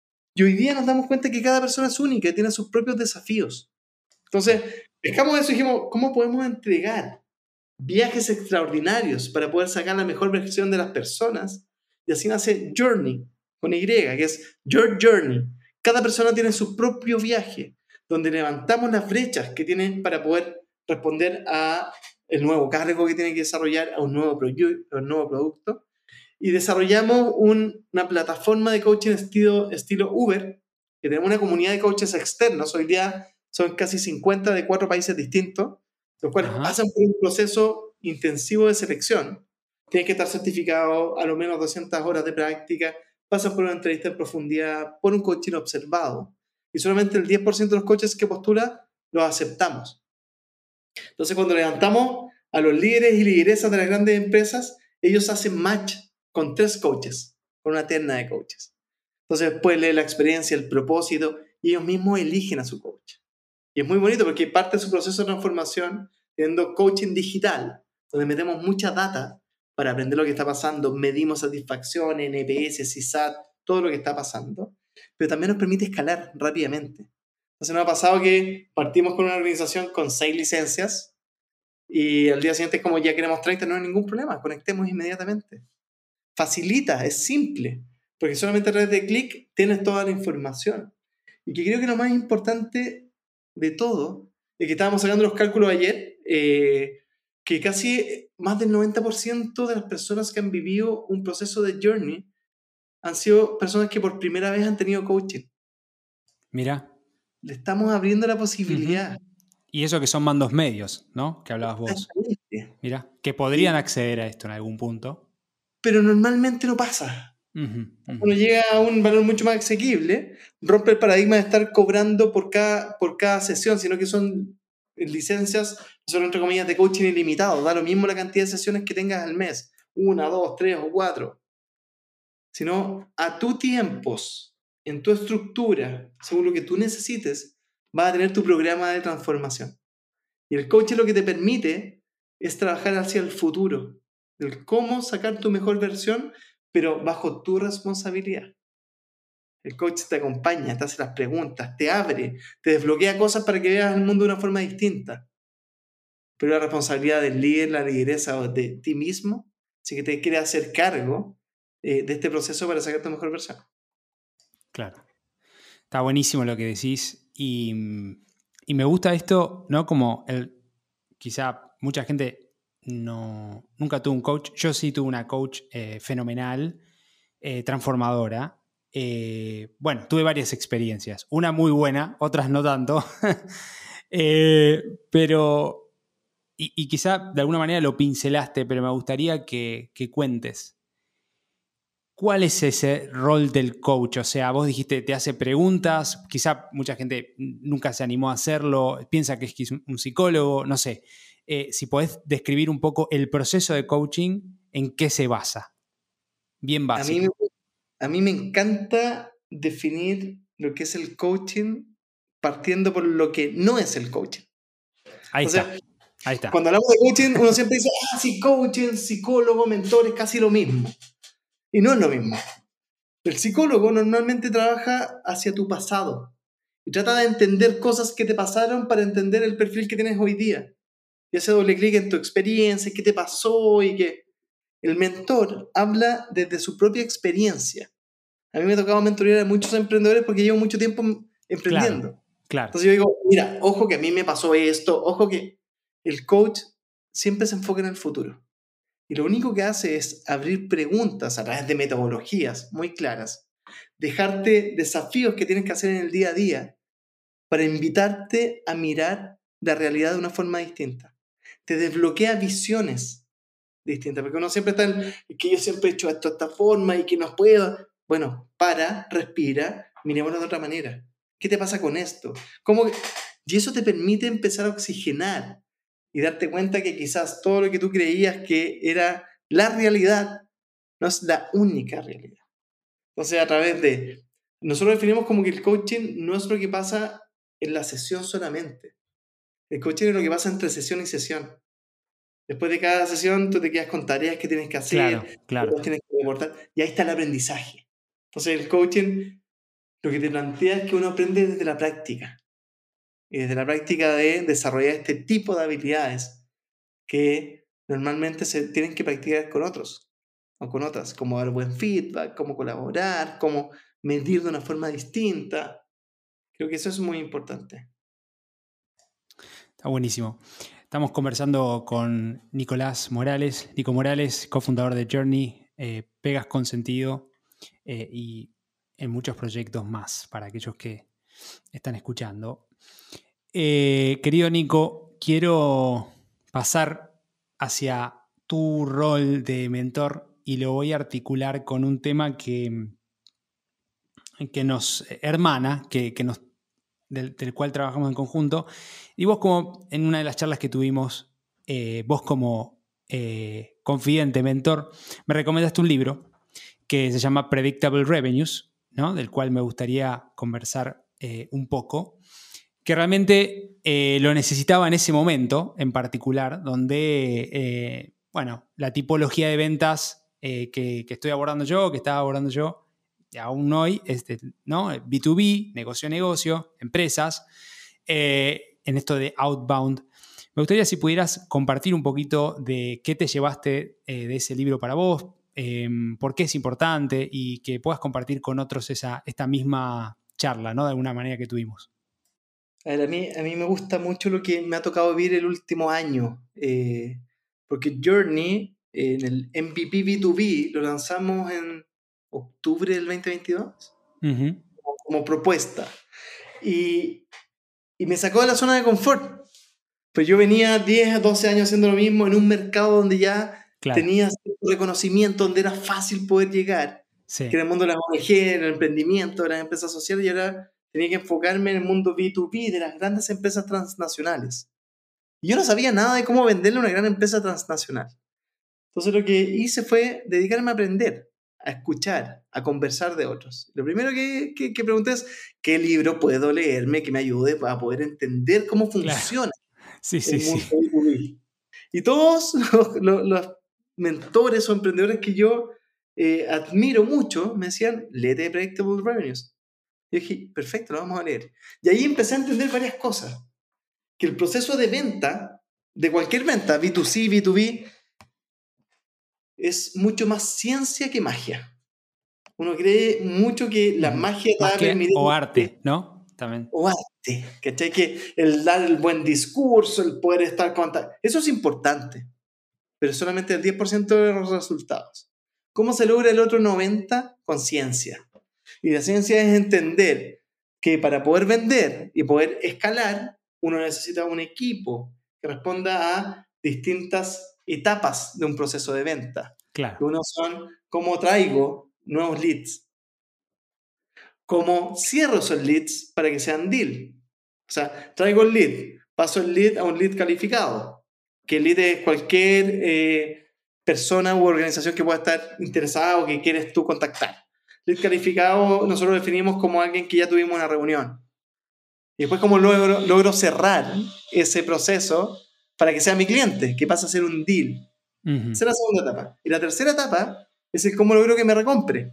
Speaker 2: y hoy día nos damos cuenta que cada persona es única y tiene sus propios desafíos. Entonces, dejamos eso y dijimos, ¿cómo podemos entregar viajes extraordinarios para poder sacar la mejor versión de las personas? Y así nace Journey, con Y, que es Your Journey. Cada persona tiene su propio viaje, donde levantamos las brechas que tienen para poder responder a el nuevo cargo que tienen que desarrollar, a un nuevo, proyu- a un nuevo producto, y desarrollamos un, una plataforma de coaching estilo, estilo Uber, que tenemos una comunidad de coaches externos. Hoy día son casi cincuenta de cuatro países distintos, los cuales Ajá. pasan por un proceso intensivo de selección. Tienen que estar certificados a lo menos doscientas horas de práctica, pasan por una entrevista en profundidad, por un coaching observado, y solamente el diez por ciento de los coaches que postula los aceptamos. Entonces, cuando levantamos a los líderes y lideresas de las grandes empresas, ellos hacen match con tres coaches, con una terna de coaches. Entonces, después leen la experiencia, el propósito, y ellos mismos eligen a su coach. Y es muy bonito porque parte de su proceso de transformación teniendo coaching digital, donde metemos mucha data para aprender lo que está pasando, medimos satisfacción, N P S, C S A T, todo lo que está pasando, pero también nos permite escalar rápidamente. Entonces nos ha pasado que partimos con una organización con seis licencias y al día siguiente es como ya queremos treinta, no hay ningún problema, conectemos inmediatamente. Facilita, es simple, porque solamente a través de clic tienes toda la información. Y que creo que lo más importante de todo es que estábamos sacando los cálculos ayer, eh, que casi más del noventa por ciento de las personas que han vivido un proceso de Journey han sido personas que por primera vez han tenido coaching.
Speaker 1: Mira.
Speaker 2: Le estamos abriendo la posibilidad.
Speaker 1: Uh-huh. Y eso que son mandos medios, ¿no? Que hablabas vos. Mira, que podrían sí. acceder a esto en algún punto.
Speaker 2: Pero normalmente no pasa.
Speaker 1: Uh-huh, uh-huh.
Speaker 2: Uno llega a un valor mucho más asequible, rompe el paradigma de estar cobrando por cada, por cada sesión, sino que son licencias, son entre comillas de coaching ilimitado. Da lo mismo la cantidad de sesiones que tengas al mes, una, dos, tres o cuatro. Sino a tus tiempos, en tu estructura, según lo que tú necesites, vas a tener tu programa de transformación. Y el coaching lo que te permite es trabajar hacia el futuro, el cómo sacar tu mejor versión pero bajo tu responsabilidad. El coach te acompaña, te hace las preguntas, te abre, te desbloquea cosas para que veas el mundo de una forma distinta. Pero la responsabilidad del líder, la lideresa o de ti mismo, si que te quiere hacer cargo eh, de este proceso para sacar tu mejor versión.
Speaker 1: Claro. Está buenísimo lo que decís y, y me gusta esto, ¿no? Como el, quizá mucha gente no, nunca tuvo un coach. Yo sí tuve una coach eh, fenomenal, eh, transformadora. Eh, bueno, tuve varias experiencias. Una muy buena, otras no tanto. eh, pero, y, y quizá de alguna manera lo pincelaste, pero me gustaría que, que cuentes. ¿Cuál es ese rol del coach? O sea, vos dijiste, te hace preguntas, quizá mucha gente nunca se animó a hacerlo, piensa que es un psicólogo, no sé. Eh, si podés describir un poco el proceso de coaching, ¿en qué se basa? Bien básico.
Speaker 2: A mí, a mí me encanta definir lo que es el coaching partiendo por lo que no es el coaching.
Speaker 1: Ahí
Speaker 2: o
Speaker 1: está,
Speaker 2: sea,
Speaker 1: ahí está.
Speaker 2: Cuando hablamos de coaching, uno siempre dice, ah, sí, coaching, psicólogo, mentor, es casi lo mismo. Y no es lo mismo. El psicólogo normalmente trabaja hacia tu pasado y trata de entender cosas que te pasaron para entender el perfil que tienes hoy día. Y hace doble clic en tu experiencia, qué te pasó y qué. El mentor habla desde su propia experiencia. A mí me ha tocado mentorear a muchos emprendedores porque llevo mucho tiempo emprendiendo.
Speaker 1: Claro, claro.
Speaker 2: Entonces yo digo, mira, ojo que a mí me pasó esto, ojo que el coach siempre se enfoca en el futuro. Y lo único que hace es abrir preguntas a través de metodologías muy claras, dejarte desafíos que tienes que hacer en el día a día para invitarte a mirar la realidad de una forma distinta. Te desbloquea visiones distintas, porque uno siempre está en que yo siempre he hecho esto de esta forma y que no puedo. Bueno, para, respira, mirémoslo de otra manera. ¿Qué te pasa con esto? ¿Cómo? Y eso te permite empezar a oxigenar y darte cuenta que quizás todo lo que tú creías que era la realidad no es la única realidad. Entonces, a través de... Nosotros definimos como que el coaching no es lo que pasa en la sesión solamente. El coaching es lo que pasa entre sesión y sesión. Después de cada sesión tú te quedas con tareas que tienes que hacer,
Speaker 1: claro, claro.
Speaker 2: que tienes que reportar, y ahí está el aprendizaje. Entonces, el coaching lo que te plantea es que uno aprende desde la práctica. Y desde la práctica de desarrollar este tipo de habilidades que normalmente se tienen que practicar con otros o con otras, como dar buen feedback, cómo colaborar, cómo medir de una forma distinta. Creo que eso es muy importante.
Speaker 1: Está buenísimo. Estamos conversando con Nicolás Morales, Nico Morales, cofundador de Journey, eh, Pegas con Sentido eh, y en muchos proyectos más para aquellos que están escuchando. Eh, querido Nico, quiero pasar hacia tu rol de mentor y lo voy a articular con un tema que, que nos hermana, que, que nos, del, del cual trabajamos en conjunto. Y vos, como en una de las charlas que tuvimos, eh, vos como eh, confidente, mentor, me recomendaste un libro que se llama Predictable Revenues, ¿no? Del cual me gustaría conversar eh, un poco, que realmente eh, lo necesitaba en ese momento en particular, donde, eh, bueno, la tipología de ventas eh, que, que estoy abordando yo, que estaba abordando yo, aún hoy, este, ¿no? B dos B, negocio a negocio, empresas, eh, en esto de outbound. Me gustaría si pudieras compartir un poquito de qué te llevaste eh, de ese libro para vos, eh, por qué es importante y que puedas compartir con otros esa, esta misma charla, ¿no? De alguna manera que tuvimos.
Speaker 2: A ver, a mí, a mí me gusta mucho lo que me ha tocado vivir el último año, eh, porque Journey, eh, en el M V P B dos B, lo lanzamos en octubre del veinte veintidós,
Speaker 1: Uh-huh.
Speaker 2: como, como propuesta. Y, y me sacó de la zona de confort. Pues yo venía diez, doce años haciendo lo mismo en un mercado donde ya
Speaker 1: Claro.
Speaker 2: tenía cierto reconocimiento, donde era fácil poder llegar,
Speaker 1: Sí.
Speaker 2: que era el mundo de las O N G, el emprendimiento, de las empresas sociales, y ahora tenía que enfocarme en el mundo B dos B de las grandes empresas transnacionales. Y yo no sabía nada de cómo venderle a una gran empresa transnacional. Entonces lo que hice fue dedicarme a aprender, a escuchar, a conversar de otros. Lo primero que, que, que pregunté es, ¿qué libro puedo leerme que me ayude a poder entender cómo funciona
Speaker 1: Claro. Sí, sí,
Speaker 2: el mundo
Speaker 1: sí.
Speaker 2: B dos B? Y todos los, los, los mentores o emprendedores que yo eh, admiro mucho, me decían, léete Predictable Revenues. Yo dije, perfecto, lo vamos a leer. Y ahí empecé a entender varias cosas. Que el proceso de venta, de cualquier venta, B dos C, B dos B, es mucho más ciencia que magia. Uno cree mucho que la magia te va a permitir...
Speaker 1: O arte, ¿no? También.
Speaker 2: O arte, ¿cachai? Que el dar el buen discurso, el poder estar con... Eso es importante, pero solamente el diez por ciento de los resultados. ¿Cómo se logra el otro noventa por ciento? Con ciencia. Y la ciencia es entender que para poder vender y poder escalar, uno necesita un equipo que responda a distintas etapas de un proceso de venta.
Speaker 1: Claro.
Speaker 2: Que uno son cómo traigo nuevos leads, cómo cierro esos leads para que sean deal. O sea, traigo el lead, paso el lead a un lead calificado, que el lead es cualquier eh, persona u organización que pueda estar interesada o que quieres tú contactar. Lead calificado nosotros lo definimos como alguien que ya tuvimos una reunión. Y después cómo logro, logro cerrar ese proceso para que sea mi cliente, que pasa a ser un deal.
Speaker 1: Uh-huh.
Speaker 2: Esa es la segunda etapa. Y la tercera etapa es el cómo logro que me recompre.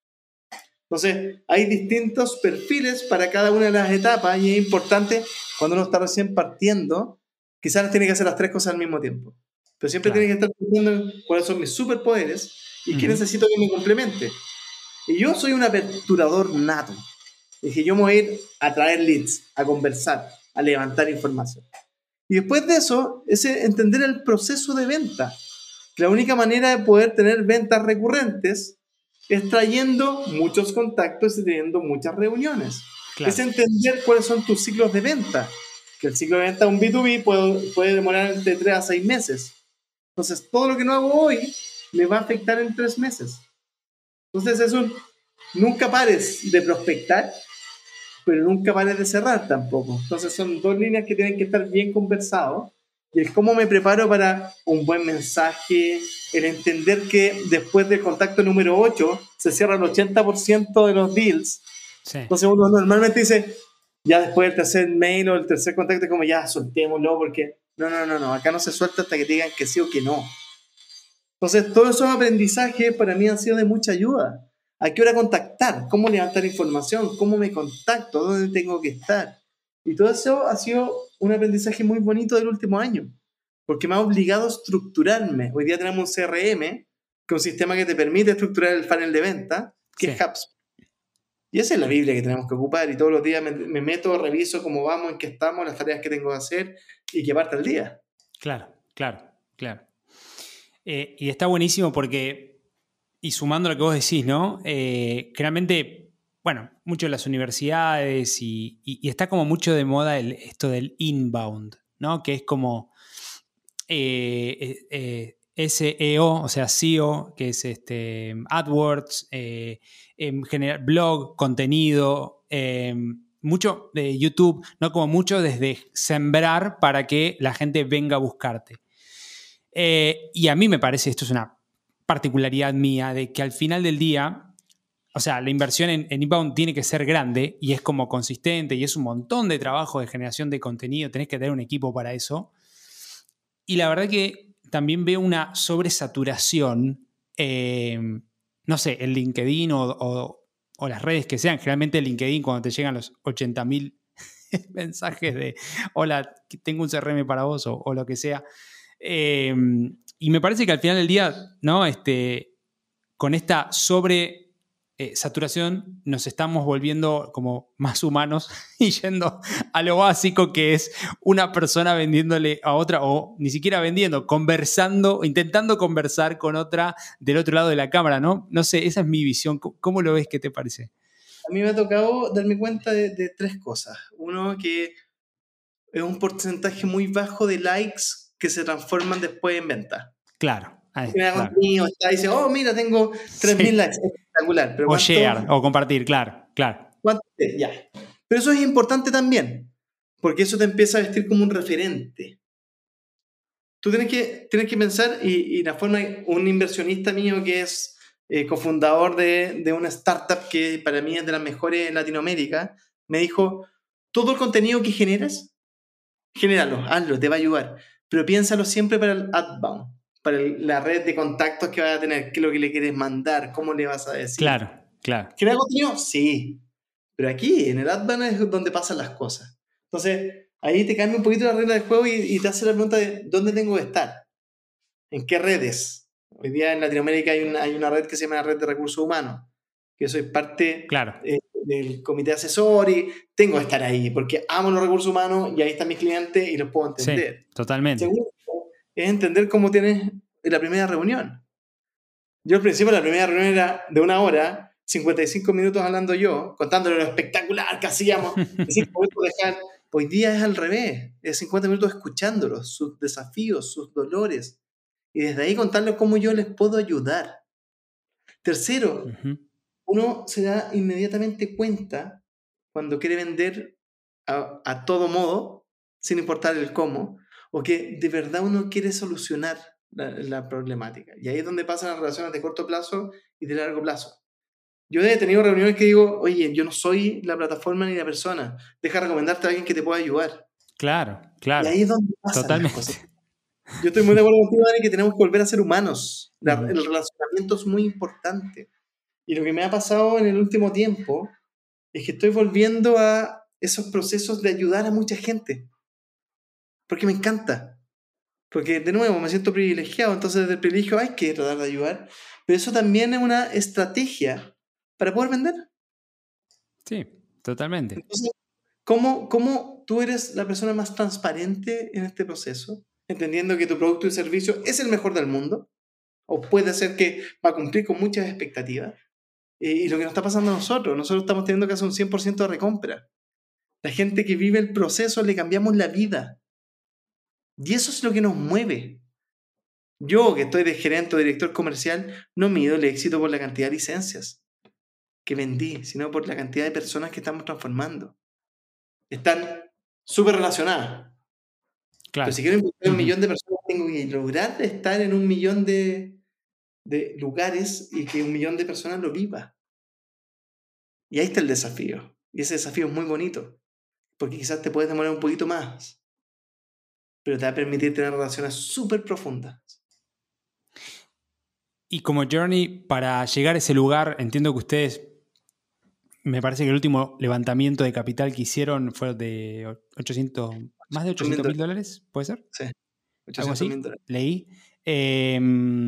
Speaker 2: Entonces, hay distintos perfiles para cada una de las etapas y es importante, cuando uno está recién partiendo, quizás tiene que hacer las tres cosas al mismo tiempo. Pero siempre
Speaker 1: claro.
Speaker 2: tiene que estar pensando cuáles son mis superpoderes y uh-huh. qué necesito que me complemente. Y yo soy un aperturador nato. Dije, yo me voy a ir a traer leads, a conversar, a levantar información. Y después de eso, es entender el proceso de venta. La única manera de poder tener ventas recurrentes es trayendo muchos contactos y teniendo muchas reuniones. Claro. Es entender cuáles son tus ciclos de venta. Que el ciclo de venta de un B dos B puede, puede demorar entre tres a seis meses. Entonces, todo lo que no hago hoy me va a afectar en tres meses. Entonces, es un... Nunca pares de prospectar, pero nunca pares de cerrar tampoco. Entonces, son dos líneas que tienen que estar bien conversados. Y el cómo me preparo para un buen mensaje, el entender que después del contacto número ocho se cierra el ochenta por ciento de los deals. Sí. Entonces uno normalmente dice, ya después del tercer mail o el tercer contacto es como ya soltémoslo porque no, no, no, no, acá no se suelta hasta que te digan que sí o que no. Entonces todos esos aprendizajes para mí han sido de mucha ayuda. ¿A qué hora contactar? ¿Cómo levantar información? ¿Cómo me contacto? ¿Dónde tengo que estar? Y todo eso ha sido un aprendizaje muy bonito del último año, porque me ha obligado a estructurarme. Hoy día tenemos un C R M, que es un sistema que te permite estructurar el funnel de venta, que sí. es HubSpot. Y esa es la Biblia que tenemos que ocupar, y todos los días me, me meto, reviso cómo vamos, en qué estamos, las tareas que tengo que hacer, y que parta el día.
Speaker 1: Claro, claro, claro. Eh, y está buenísimo porque, y sumando lo que vos decís, ¿no? Eh, generalmente... Bueno, mucho de las universidades y, y, y está como mucho de moda el, esto del inbound, ¿no? Que es como eh, eh, S E O, o sea, S E O, que es este, AdWords, eh, en general, blog, contenido, eh, mucho de YouTube, ¿no? Como mucho desde sembrar para que la gente venga a buscarte. Eh, y a mí me parece, esto es una particularidad mía, de que al final del día... O sea, la inversión en, en inbound tiene que ser grande y es como consistente y es un montón de trabajo de generación de contenido. Tenés que tener un equipo para eso. Y la verdad que también veo una sobresaturación, eh, no sé, en LinkedIn o, o, o las redes que sean. Generalmente en LinkedIn cuando te llegan los ochenta mil mensajes de hola, tengo un C R M para vos o, o lo que sea. Eh, y me parece que al final del día, ¿no? Este, con esta sobre... Eh, saturación nos estamos volviendo como más humanos y yendo a lo básico que es una persona vendiéndole a otra o ni siquiera vendiendo, conversando, intentando conversar con otra del otro lado de la cámara, ¿no? No sé, esa es mi visión. ¿Cómo lo ves? ¿Qué te parece?
Speaker 2: A mí me ha tocado darme cuenta de, de tres cosas. Uno, que es un porcentaje muy bajo de likes que se transforman después en venta.
Speaker 1: Claro. Ahí,
Speaker 2: me da
Speaker 1: claro.
Speaker 2: contenido, está, dice, oh, mira, tengo tres mil sí. likes. Espectacular. Pero
Speaker 1: o share, o compartir, claro, claro.
Speaker 2: Ya. Pero eso es importante también, porque eso te empieza a vestir como un referente. Tú tienes que, tienes que pensar, y, y la forma, un inversionista mío que es eh, cofundador de, de una startup que para mí es de las mejores en Latinoamérica, me dijo, todo el contenido que generas, genéralo, hazlo, te va a ayudar, pero piénsalo siempre para el outbound, para el- la red de contactos que vas a tener, qué es lo que le quieres mandar, cómo le vas a decir.
Speaker 1: Claro, claro.
Speaker 2: ¿Genera contenido? Sí. Pero aquí, en el Advan, es donde pasan las cosas. Entonces, ahí te cambia un poquito la regla del juego y, y te hace la pregunta de ¿dónde tengo que estar? ¿En qué redes? Hoy día en Latinoamérica hay una, hay una red que se llama la Red de Recursos Humanos, que soy parte
Speaker 1: Claro.
Speaker 2: eh, del comité asesor y tengo que estar ahí porque amo los recursos humanos y ahí están mis clientes y los puedo entender.
Speaker 1: Sí, totalmente.
Speaker 2: Segundo, es entender cómo tienes la primera reunión. Yo al principio la primera reunión era de una hora, cincuenta y cinco minutos hablando yo, contándole lo espectacular que hacíamos, y cinco minutos dejar. Hoy día es al revés, es cincuenta minutos escuchándolos, sus desafíos, sus dolores, y desde ahí contarles cómo yo les puedo ayudar. Tercero,
Speaker 1: Ujú.
Speaker 2: uno se da inmediatamente cuenta cuando quiere vender a, a todo modo, sin importar el cómo, o que de verdad uno quiere solucionar la, la problemática. Y ahí es donde pasan las relaciones de corto plazo y de largo plazo. Yo he tenido reuniones que digo, oye, yo no soy la plataforma ni la persona, deja recomendarte a alguien que te pueda ayudar.
Speaker 1: Claro, claro.
Speaker 2: Y ahí es donde pasan
Speaker 1: Totalmente.
Speaker 2: las cosas. Yo estoy muy de acuerdo contigo, Dani, que tenemos que volver a ser humanos. La,
Speaker 1: Ujú.
Speaker 2: el relacionamiento es muy importante. Y lo que me ha pasado en el último tiempo es que estoy volviendo a esos procesos de ayudar a mucha gente. Porque me encanta. Porque, de nuevo, me siento privilegiado. Entonces, desde el privilegio hay que tratar de ayudar. Pero eso también es una estrategia para poder vender.
Speaker 1: Sí, totalmente.
Speaker 2: Entonces, ¿cómo, cómo tú eres la persona más transparente en este proceso? Entendiendo que tu producto y servicio es el mejor del mundo. O puede ser que va a cumplir con muchas expectativas. Eh, y lo que nos está pasando a nosotros, nosotros estamos teniendo que hacer un cien por ciento de recompra. La gente que vive el proceso le cambiamos la vida. Y eso es lo que nos mueve. Yo, que estoy de gerente o director comercial, no mido el éxito por la cantidad de licencias que vendí, sino por la cantidad de personas que estamos transformando. Están súper relacionadas.
Speaker 1: Claro.
Speaker 2: Pero si quiero impulsar un
Speaker 1: Ujú.
Speaker 2: millón de personas, tengo que lograr estar en un millón de, de lugares y que un millón de personas lo viva. Y ahí está el desafío. Y ese desafío es muy bonito. Porque quizás te puedes demorar un poquito más, pero te va a permitir tener relaciones súper profundas.
Speaker 1: Y como journey, para llegar a ese lugar, entiendo que ustedes, me parece que el último levantamiento de capital que hicieron fue de ochocientos, más de ochocientos mil dólares, ¿puede ser?
Speaker 2: Sí,
Speaker 1: Algo
Speaker 2: ochocientos mil
Speaker 1: así,
Speaker 2: dólares.
Speaker 1: leí. Eh,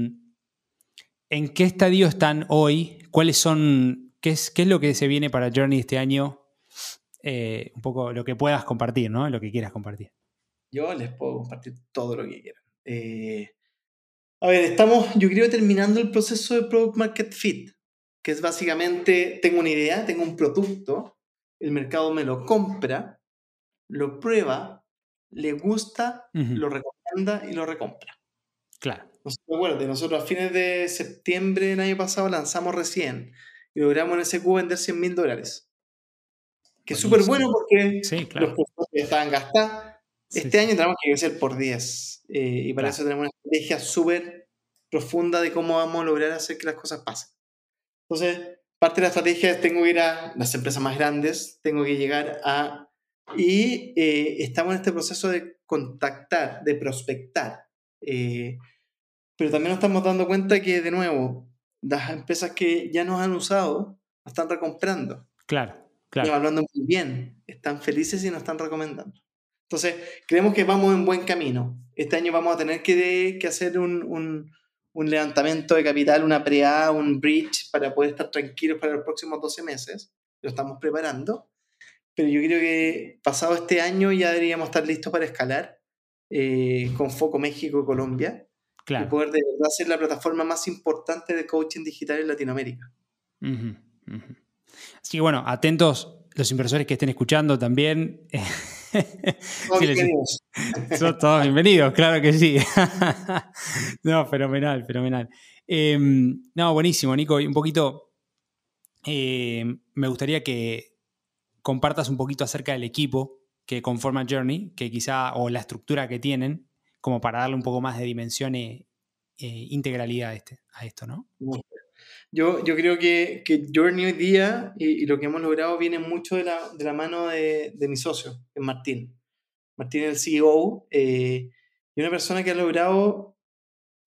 Speaker 1: ¿En qué estadio están hoy? ¿Cuáles son, qué es, qué es lo que se viene para Journey este año? Eh, un poco lo que puedas compartir, ¿no? Lo que quieras compartir.
Speaker 2: Yo les puedo compartir todo lo que quieran. Eh, a ver, estamos, yo creo, terminando el proceso de Product Market Fit, que es básicamente, tengo una idea, tengo un producto, el mercado me lo compra, lo prueba, le gusta,
Speaker 1: Ujú.
Speaker 2: lo recomienda y lo recompra.
Speaker 1: Claro.
Speaker 2: No se acuerde, nosotros a fines de septiembre del año pasado lanzamos recién y logramos en ese Q vender cien mil dólares. Que es súper
Speaker 1: Buenísimo.
Speaker 2: bueno porque
Speaker 1: Sí,
Speaker 2: los
Speaker 1: claro.
Speaker 2: costos ya estaban gastados.
Speaker 1: Sí,
Speaker 2: Este
Speaker 1: sí.
Speaker 2: año tenemos que crecer por diez. eh, y para
Speaker 1: Claro.
Speaker 2: eso tenemos una estrategia súper profunda de cómo vamos a lograr hacer que las cosas pasen. Entonces, parte de la estrategia es tengo que ir a las empresas más grandes, tengo que llegar a... Y eh, estamos en este proceso de contactar, de prospectar. Eh, pero también nos estamos dando cuenta que, de nuevo, las empresas que ya nos han usado nos están recomprando.
Speaker 1: Claro,
Speaker 2: Están
Speaker 1: claro.
Speaker 2: hablando muy bien, están felices y nos están recomendando. Entonces, creemos que vamos en buen camino. Este año vamos a tener que, que hacer un, un, un levantamiento de capital, una pre-A, un bridge, para poder estar tranquilos para los próximos doce meses. Lo estamos preparando. Pero yo creo que pasado este año ya deberíamos estar listos para escalar eh, con foco México y Colombia y
Speaker 1: Claro.
Speaker 2: poder de verdad ser la plataforma más importante de coaching digital en Latinoamérica.
Speaker 1: Ujú, ujú. Así que bueno, atentos los inversores que estén escuchando también.
Speaker 2: Todos
Speaker 1: Sí, les-
Speaker 2: bienvenidos.
Speaker 1: son todos bienvenidos, claro que sí. No, fenomenal, fenomenal. Eh, no, buenísimo, Nico. Y un poquito, eh, me gustaría que compartas un poquito acerca del equipo que conforma Journey, que quizá, o la estructura que tienen, como para darle un poco más de dimensión e e integralidad a, este, a esto, ¿no?
Speaker 2: Yo, yo creo que, que Journey hoy día y, y lo que hemos logrado viene mucho de la, de la mano de, de mi socio, que es Martín. Martín es el C E O eh, y una persona que ha logrado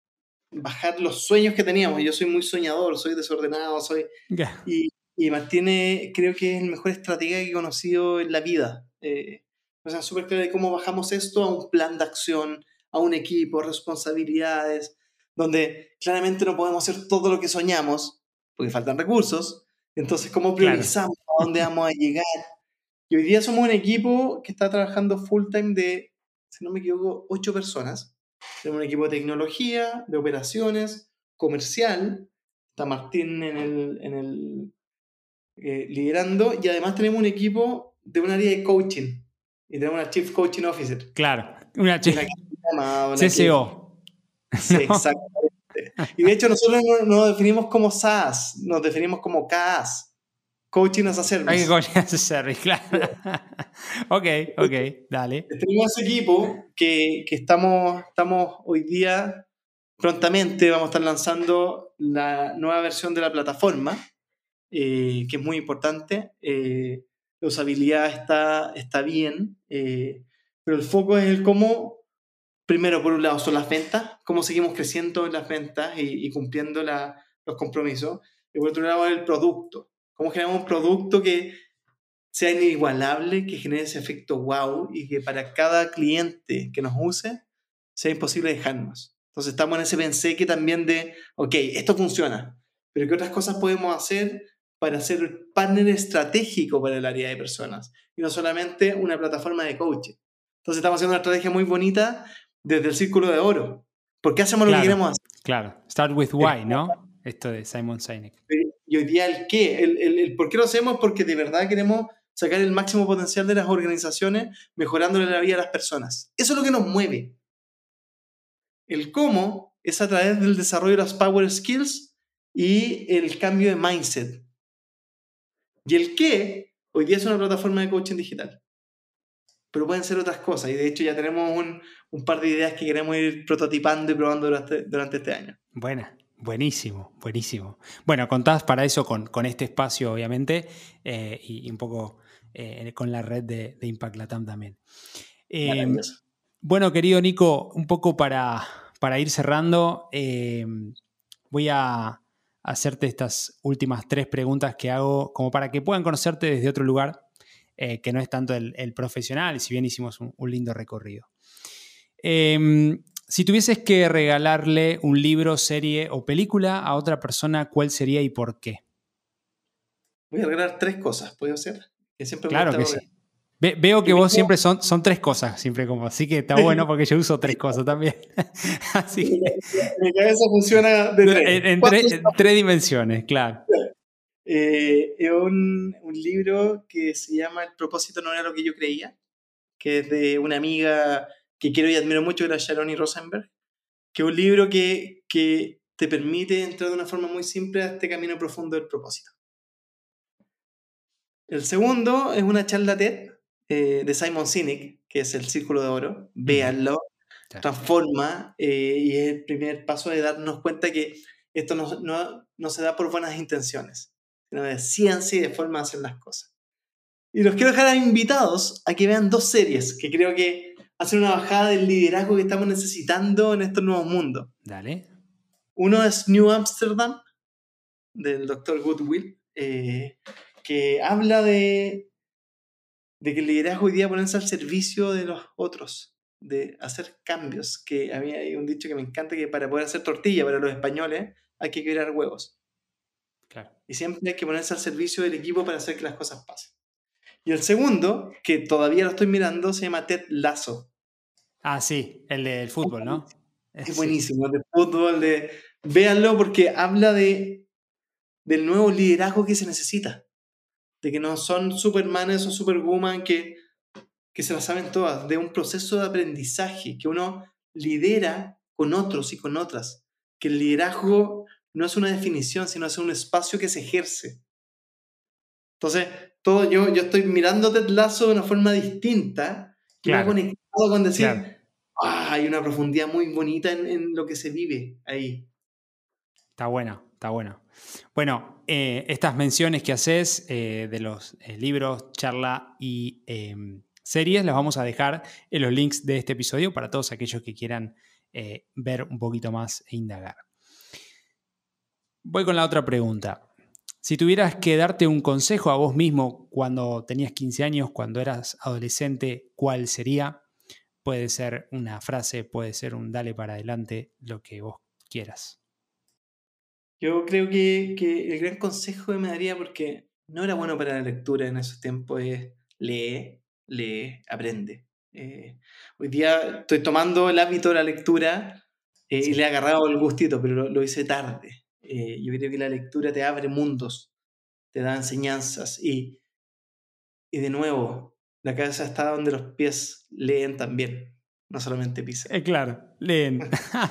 Speaker 2: bajar los sueños que teníamos. Yo soy muy soñador, soy desordenado, soy...
Speaker 1: Yeah.
Speaker 2: Y, y Martín creo que es el mejor estratega que he conocido en la vida. Eh, o sea, súper claro de cómo bajamos esto a un plan de acción, a un equipo, responsabilidades, donde claramente no podemos hacer todo lo que soñamos, porque faltan recursos. Entonces, ¿cómo priorizamos? Claro. ¿A dónde vamos a llegar? Y hoy día somos un equipo que está trabajando full time de, si no me equivoco, ocho personas. Tenemos un equipo de tecnología, de operaciones, comercial. Está Martín en el, en el eh, liderando, y además tenemos un equipo de un área de coaching. Y tenemos una Chief Coaching Officer.
Speaker 1: Claro, una Chief. C C O.
Speaker 2: Sí, ¿no? Exactamente. Y de hecho nosotros no nos definimos como SaaS, nos definimos como C A A S. Coaching as a Service.
Speaker 1: Hay que coaching as a Service, claro. ok, ok, dale.
Speaker 2: Tenemos ese equipo que, que estamos, estamos hoy día, prontamente vamos a estar lanzando la nueva versión de la plataforma, eh, que es muy importante. Eh, la usabilidad está, está bien, eh, pero el foco es el cómo, primero por un lado son las ventas, cómo seguimos creciendo en las ventas y, y cumpliendo la, los compromisos, y por otro lado el producto. Cómo generamos un producto que sea inigualable, que genere ese efecto wow y que para cada cliente que nos use sea imposible dejarnos. Entonces estamos en ese pensé también de, ok, esto funciona, pero ¿qué otras cosas podemos hacer para ser partner estratégico para el área de personas? Y no solamente una plataforma de coaching. Entonces estamos haciendo una estrategia muy bonita desde el círculo de oro. ¿Por qué hacemos
Speaker 1: claro,
Speaker 2: lo que queremos hacer?
Speaker 1: Claro, start with why, ¿no? Esto de Simon Sinek.
Speaker 2: Y hoy día el qué, el, el, el por qué lo hacemos, porque de verdad queremos sacar el máximo potencial de las organizaciones, mejorándole la vida a las personas. Eso es lo que nos mueve. El cómo es a través del desarrollo de las power skills y el cambio de mindset. Y el qué, hoy día es una plataforma de coaching digital. Pero pueden ser otras cosas. Y de hecho ya tenemos un, un par de ideas que queremos ir prototipando y probando durante, durante este año.
Speaker 1: Buena. Buenísimo, buenísimo. Bueno, contás para eso con, con este espacio, obviamente, eh, y, y un poco eh, con la red de, de Impact Latam también. Eh, bueno, querido Nico, un poco para, para ir cerrando, eh, voy a hacerte estas últimas tres preguntas que hago como para que puedan conocerte desde otro lugar, eh, que no es tanto el, el profesional, si bien hicimos un, un lindo recorrido. Eh, Si tuvieses que regalarle un libro, serie o película a otra persona, ¿cuál sería y por qué?
Speaker 2: Voy a regalar tres cosas, ¿puedo hacer? Que siempre
Speaker 1: claro
Speaker 2: me
Speaker 1: que sí. Ve, veo que vos siempre son, son tres cosas, siempre como, así que está bueno porque yo uso tres cosas también. Así que,
Speaker 2: mi cabeza funciona de tres.
Speaker 1: En, en, tres, en tres dimensiones, claro.
Speaker 2: Eh, es un, un libro que se llama El propósito no era lo que yo creía, que es de una amiga que quiero y admiro mucho, que era Sharoni Rosenberg, que es un libro que, que te permite entrar de una forma muy simple a este camino profundo del propósito. El segundo es una charla TED eh, de Simon Sinek, que es El Círculo de Oro. Véanlo, mm. transforma, eh, y es el primer paso de darnos cuenta que esto no, no, no se da por buenas intenciones, sino de ciencia y de forma de hacer las cosas. Y los quiero dejar invitados a que vean dos series que creo que hacen una bajada del liderazgo que estamos necesitando en estos nuevos mundos.
Speaker 1: Dale.
Speaker 2: Uno es New Amsterdam, del doctor Goodwill, eh, que habla de, de que el liderazgo hoy día ponerse al servicio de los otros, de hacer cambios, que a mí hay un dicho que me encanta, que para poder hacer tortilla para los españoles hay que quebrar huevos.
Speaker 1: Claro.
Speaker 2: Y siempre hay que ponerse al servicio del equipo para hacer que las cosas pasen. Y el segundo, que todavía lo estoy mirando, se llama Ted Lasso.
Speaker 1: Ah, sí, el del fútbol, ¿no?
Speaker 2: Es sí. buenísimo, el de fútbol, de... véanlo porque habla de, del nuevo liderazgo que se necesita. De que no son supermanes o superwoman que, que se las saben todas, de un proceso de aprendizaje, que uno lidera con otros y con otras. Que el liderazgo no es una definición, sino es un espacio que se ejerce. Entonces, todo, yo, yo estoy mirando Ted Lasso de una forma distinta, que claro. me ha conectado con decir, claro. ah, hay una profundidad muy bonita en, en lo que se vive ahí.
Speaker 1: Está bueno, está bueno. Bueno, eh, estas menciones que haces eh, de los eh, libros, charla y eh, series las vamos a dejar en los links de este episodio para todos aquellos que quieran eh, ver un poquito más e indagar. Voy con la otra pregunta. Si tuvieras que darte un consejo a vos mismo cuando tenías quince años, cuando eras adolescente, ¿cuál sería? Puede ser una frase, puede ser un dale para adelante, lo que vos quieras.
Speaker 2: Yo creo que, que el gran consejo que me daría, porque no era bueno para la lectura en esos tiempos, es lee, lee, aprende. Eh, hoy día estoy tomando el hábito de la lectura eh,
Speaker 1: Sí.
Speaker 2: y le he agarrado el gustito, pero lo, lo hice tarde. Eh, yo creo que la lectura te abre mundos, te da enseñanzas y, y de nuevo, la cabeza está donde los pies leen también, no solamente pisan.
Speaker 1: Eh, claro, leen.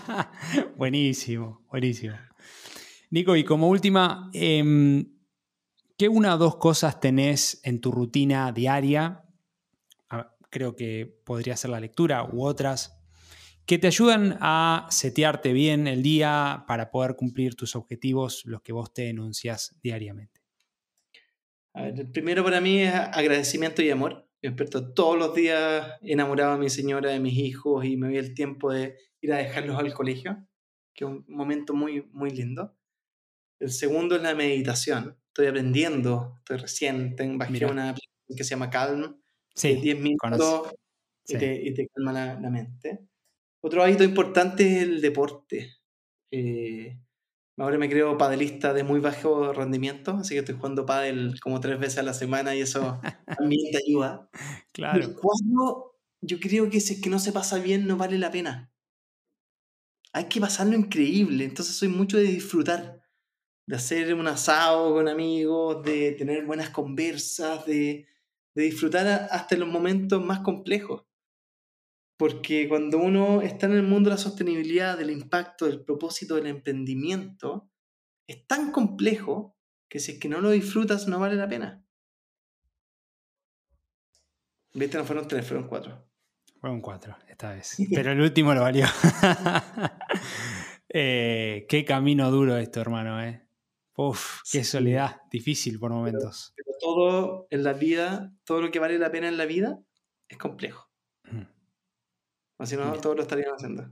Speaker 1: Buenísimo, buenísimo. Nico, y como última, eh, ¿qué una o dos cosas tenés en tu rutina diaria? Ah, creo que podría ser la lectura u otras, que te ayudan a setearte bien el día para poder cumplir tus objetivos, los que vos te enunciás diariamente.
Speaker 2: A ver, el primero para mí es agradecimiento y amor. Yo despierto todos los días enamorado de mi señora, de mis hijos y me doy el tiempo de ir a dejarlos al colegio, que es un momento muy, muy lindo. El segundo es la meditación. Estoy aprendiendo, estoy recién, tengo, bajé
Speaker 1: Mira,
Speaker 2: una aplicación que se llama Calm, que es
Speaker 1: sí,
Speaker 2: diez
Speaker 1: conozco.
Speaker 2: minutos y
Speaker 1: Sí.
Speaker 2: te, y te calma la, la mente. Otro hábito importante es el deporte. Eh, Ahora me creo padelista de muy bajo rendimiento, así que estoy jugando pádel como tres veces a la semana y eso también te ayuda. Y el
Speaker 1: Claro.
Speaker 2: cuatro, yo creo que si es que no se pasa bien, no vale la pena. Hay que pasarlo increíble, entonces soy mucho de disfrutar, de hacer un asado con amigos, de tener buenas conversas, de, de disfrutar a- hasta en los momentos más complejos. Porque cuando uno está en el mundo de la sostenibilidad, del impacto, del propósito, del emprendimiento, es tan complejo que si es que no lo disfrutas no vale la pena. Viste, no fueron tres, fueron cuatro.
Speaker 1: Fueron cuatro esta vez, pero el último lo valió. Eh, qué camino duro esto, hermano. Eh. Uf, qué
Speaker 2: Sí,
Speaker 1: soledad, difícil por
Speaker 2: pero,
Speaker 1: momentos.
Speaker 2: pero todo en la vida, todo lo que vale la pena en la vida es complejo.
Speaker 1: Mm,
Speaker 2: O si no,
Speaker 1: bien.
Speaker 2: todos lo estarían haciendo.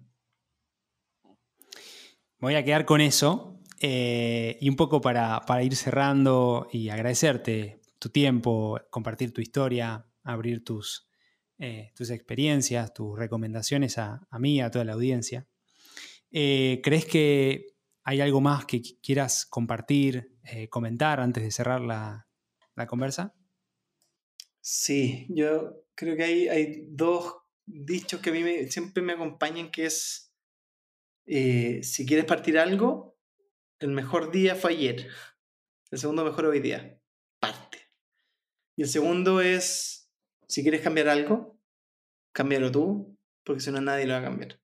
Speaker 1: Voy a quedar con eso eh, y un poco para, para ir cerrando y agradecerte tu tiempo, compartir tu historia, abrir tus, eh, tus experiencias, tus recomendaciones a, a mí, a toda la audiencia. Eh, ¿Crees que hay algo más que quieras compartir, eh, comentar antes de cerrar la, la conversa?
Speaker 2: Sí, yo creo que hay, hay dos dichos que a mí me- siempre me acompañan, que es, eh, si quieres partir algo, el mejor día fue ayer, el segundo mejor hoy día, parte. Y el segundo es, si quieres cambiar algo, cámbialo tú, porque si no nadie lo va a cambiar.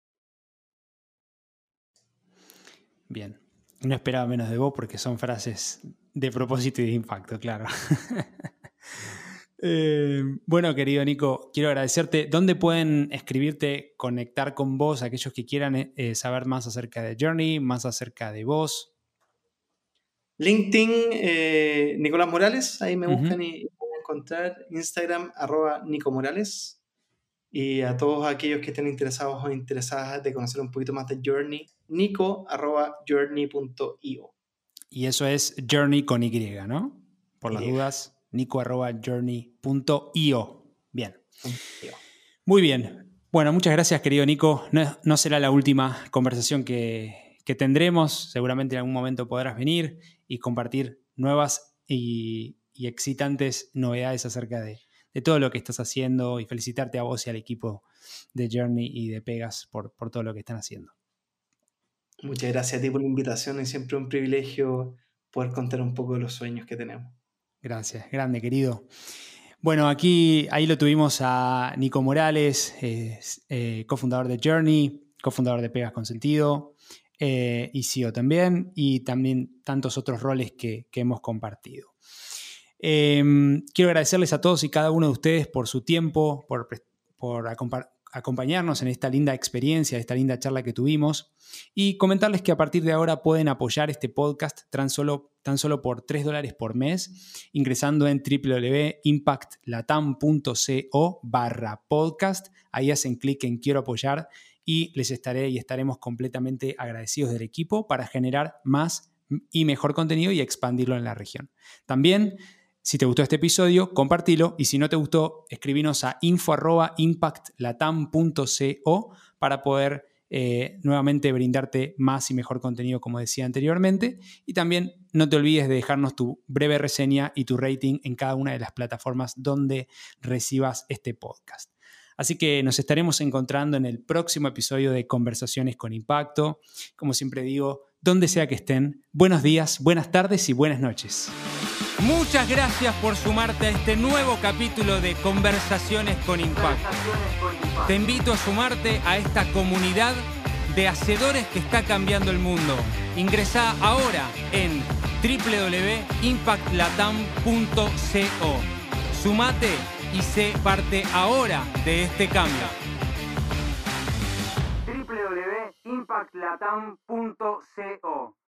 Speaker 1: Bien. No esperaba menos de vos porque son frases de propósito y de impacto, claro. Eh, bueno, querido Nico, quiero agradecerte. ¿Dónde pueden escribirte, conectar con vos, aquellos que quieran eh, saber más acerca de Journey, más acerca de vos?
Speaker 2: LinkedIn, eh, Nicolás Morales, ahí me buscan
Speaker 1: Uh-huh.
Speaker 2: y, y pueden encontrar. Instagram, arroba Nico Morales. Y a todos aquellos que estén interesados o interesadas de conocer un poquito más de Journey, nico arroba journey punto io.
Speaker 1: Y eso es Journey con Y, ¿no? Por las
Speaker 2: Y.
Speaker 1: dudas, nico arroba journey punto io. Bien.
Speaker 2: Punto io.
Speaker 1: Muy bien. Bueno, muchas gracias, querido Nico. No, no será la última conversación que, que tendremos. Seguramente en algún momento podrás venir y compartir nuevas y, y excitantes novedades acerca de, de todo lo que estás haciendo y felicitarte a vos y al equipo de Journey y de Pegas por, por todo lo que están haciendo.
Speaker 2: Muchas gracias a ti por la invitación y siempre un privilegio poder contar un poco de los sueños que tenemos.
Speaker 1: Gracias, grande, querido. Bueno, aquí ahí lo tuvimos a Nico Morales, eh, eh, cofundador de Journey, cofundador de Pegas con Sentido, eh, y C E O también, y también tantos otros roles que, que hemos compartido. Eh, quiero agradecerles a todos y cada uno de ustedes por su tiempo, por, por acompa- acompañarnos en esta linda experiencia, esta linda charla que tuvimos, y comentarles que a partir de ahora pueden apoyar este podcast tan solo, tan solo por tres dólares por mes, ingresando en w w w punto impact latam punto co barra podcast. Ahí hacen clic en quiero apoyar y les estaré y estaremos completamente agradecidos del equipo para generar más y mejor contenido y expandirlo en la región. También, si te gustó este episodio, compartilo, y si no te gustó, escribinos a info arroba impact latam punto co para poder eh, nuevamente brindarte más y mejor contenido, como decía anteriormente. Y también no te olvides de dejarnos tu breve reseña y tu rating en cada una de las plataformas donde recibas este podcast. Así que nos estaremos encontrando en el próximo episodio de Conversaciones con Impacto. Como siempre digo, donde sea que estén, buenos días, buenas tardes y buenas noches. Muchas gracias por sumarte a este nuevo capítulo de Conversaciones con Impacto. Te invito a sumarte a esta comunidad de hacedores que está cambiando el mundo. Ingresá ahora en doble u doble u doble u punto impact latam punto co. Sumate y sé parte ahora de este cambio. doble u doble u doble u punto impact latam punto co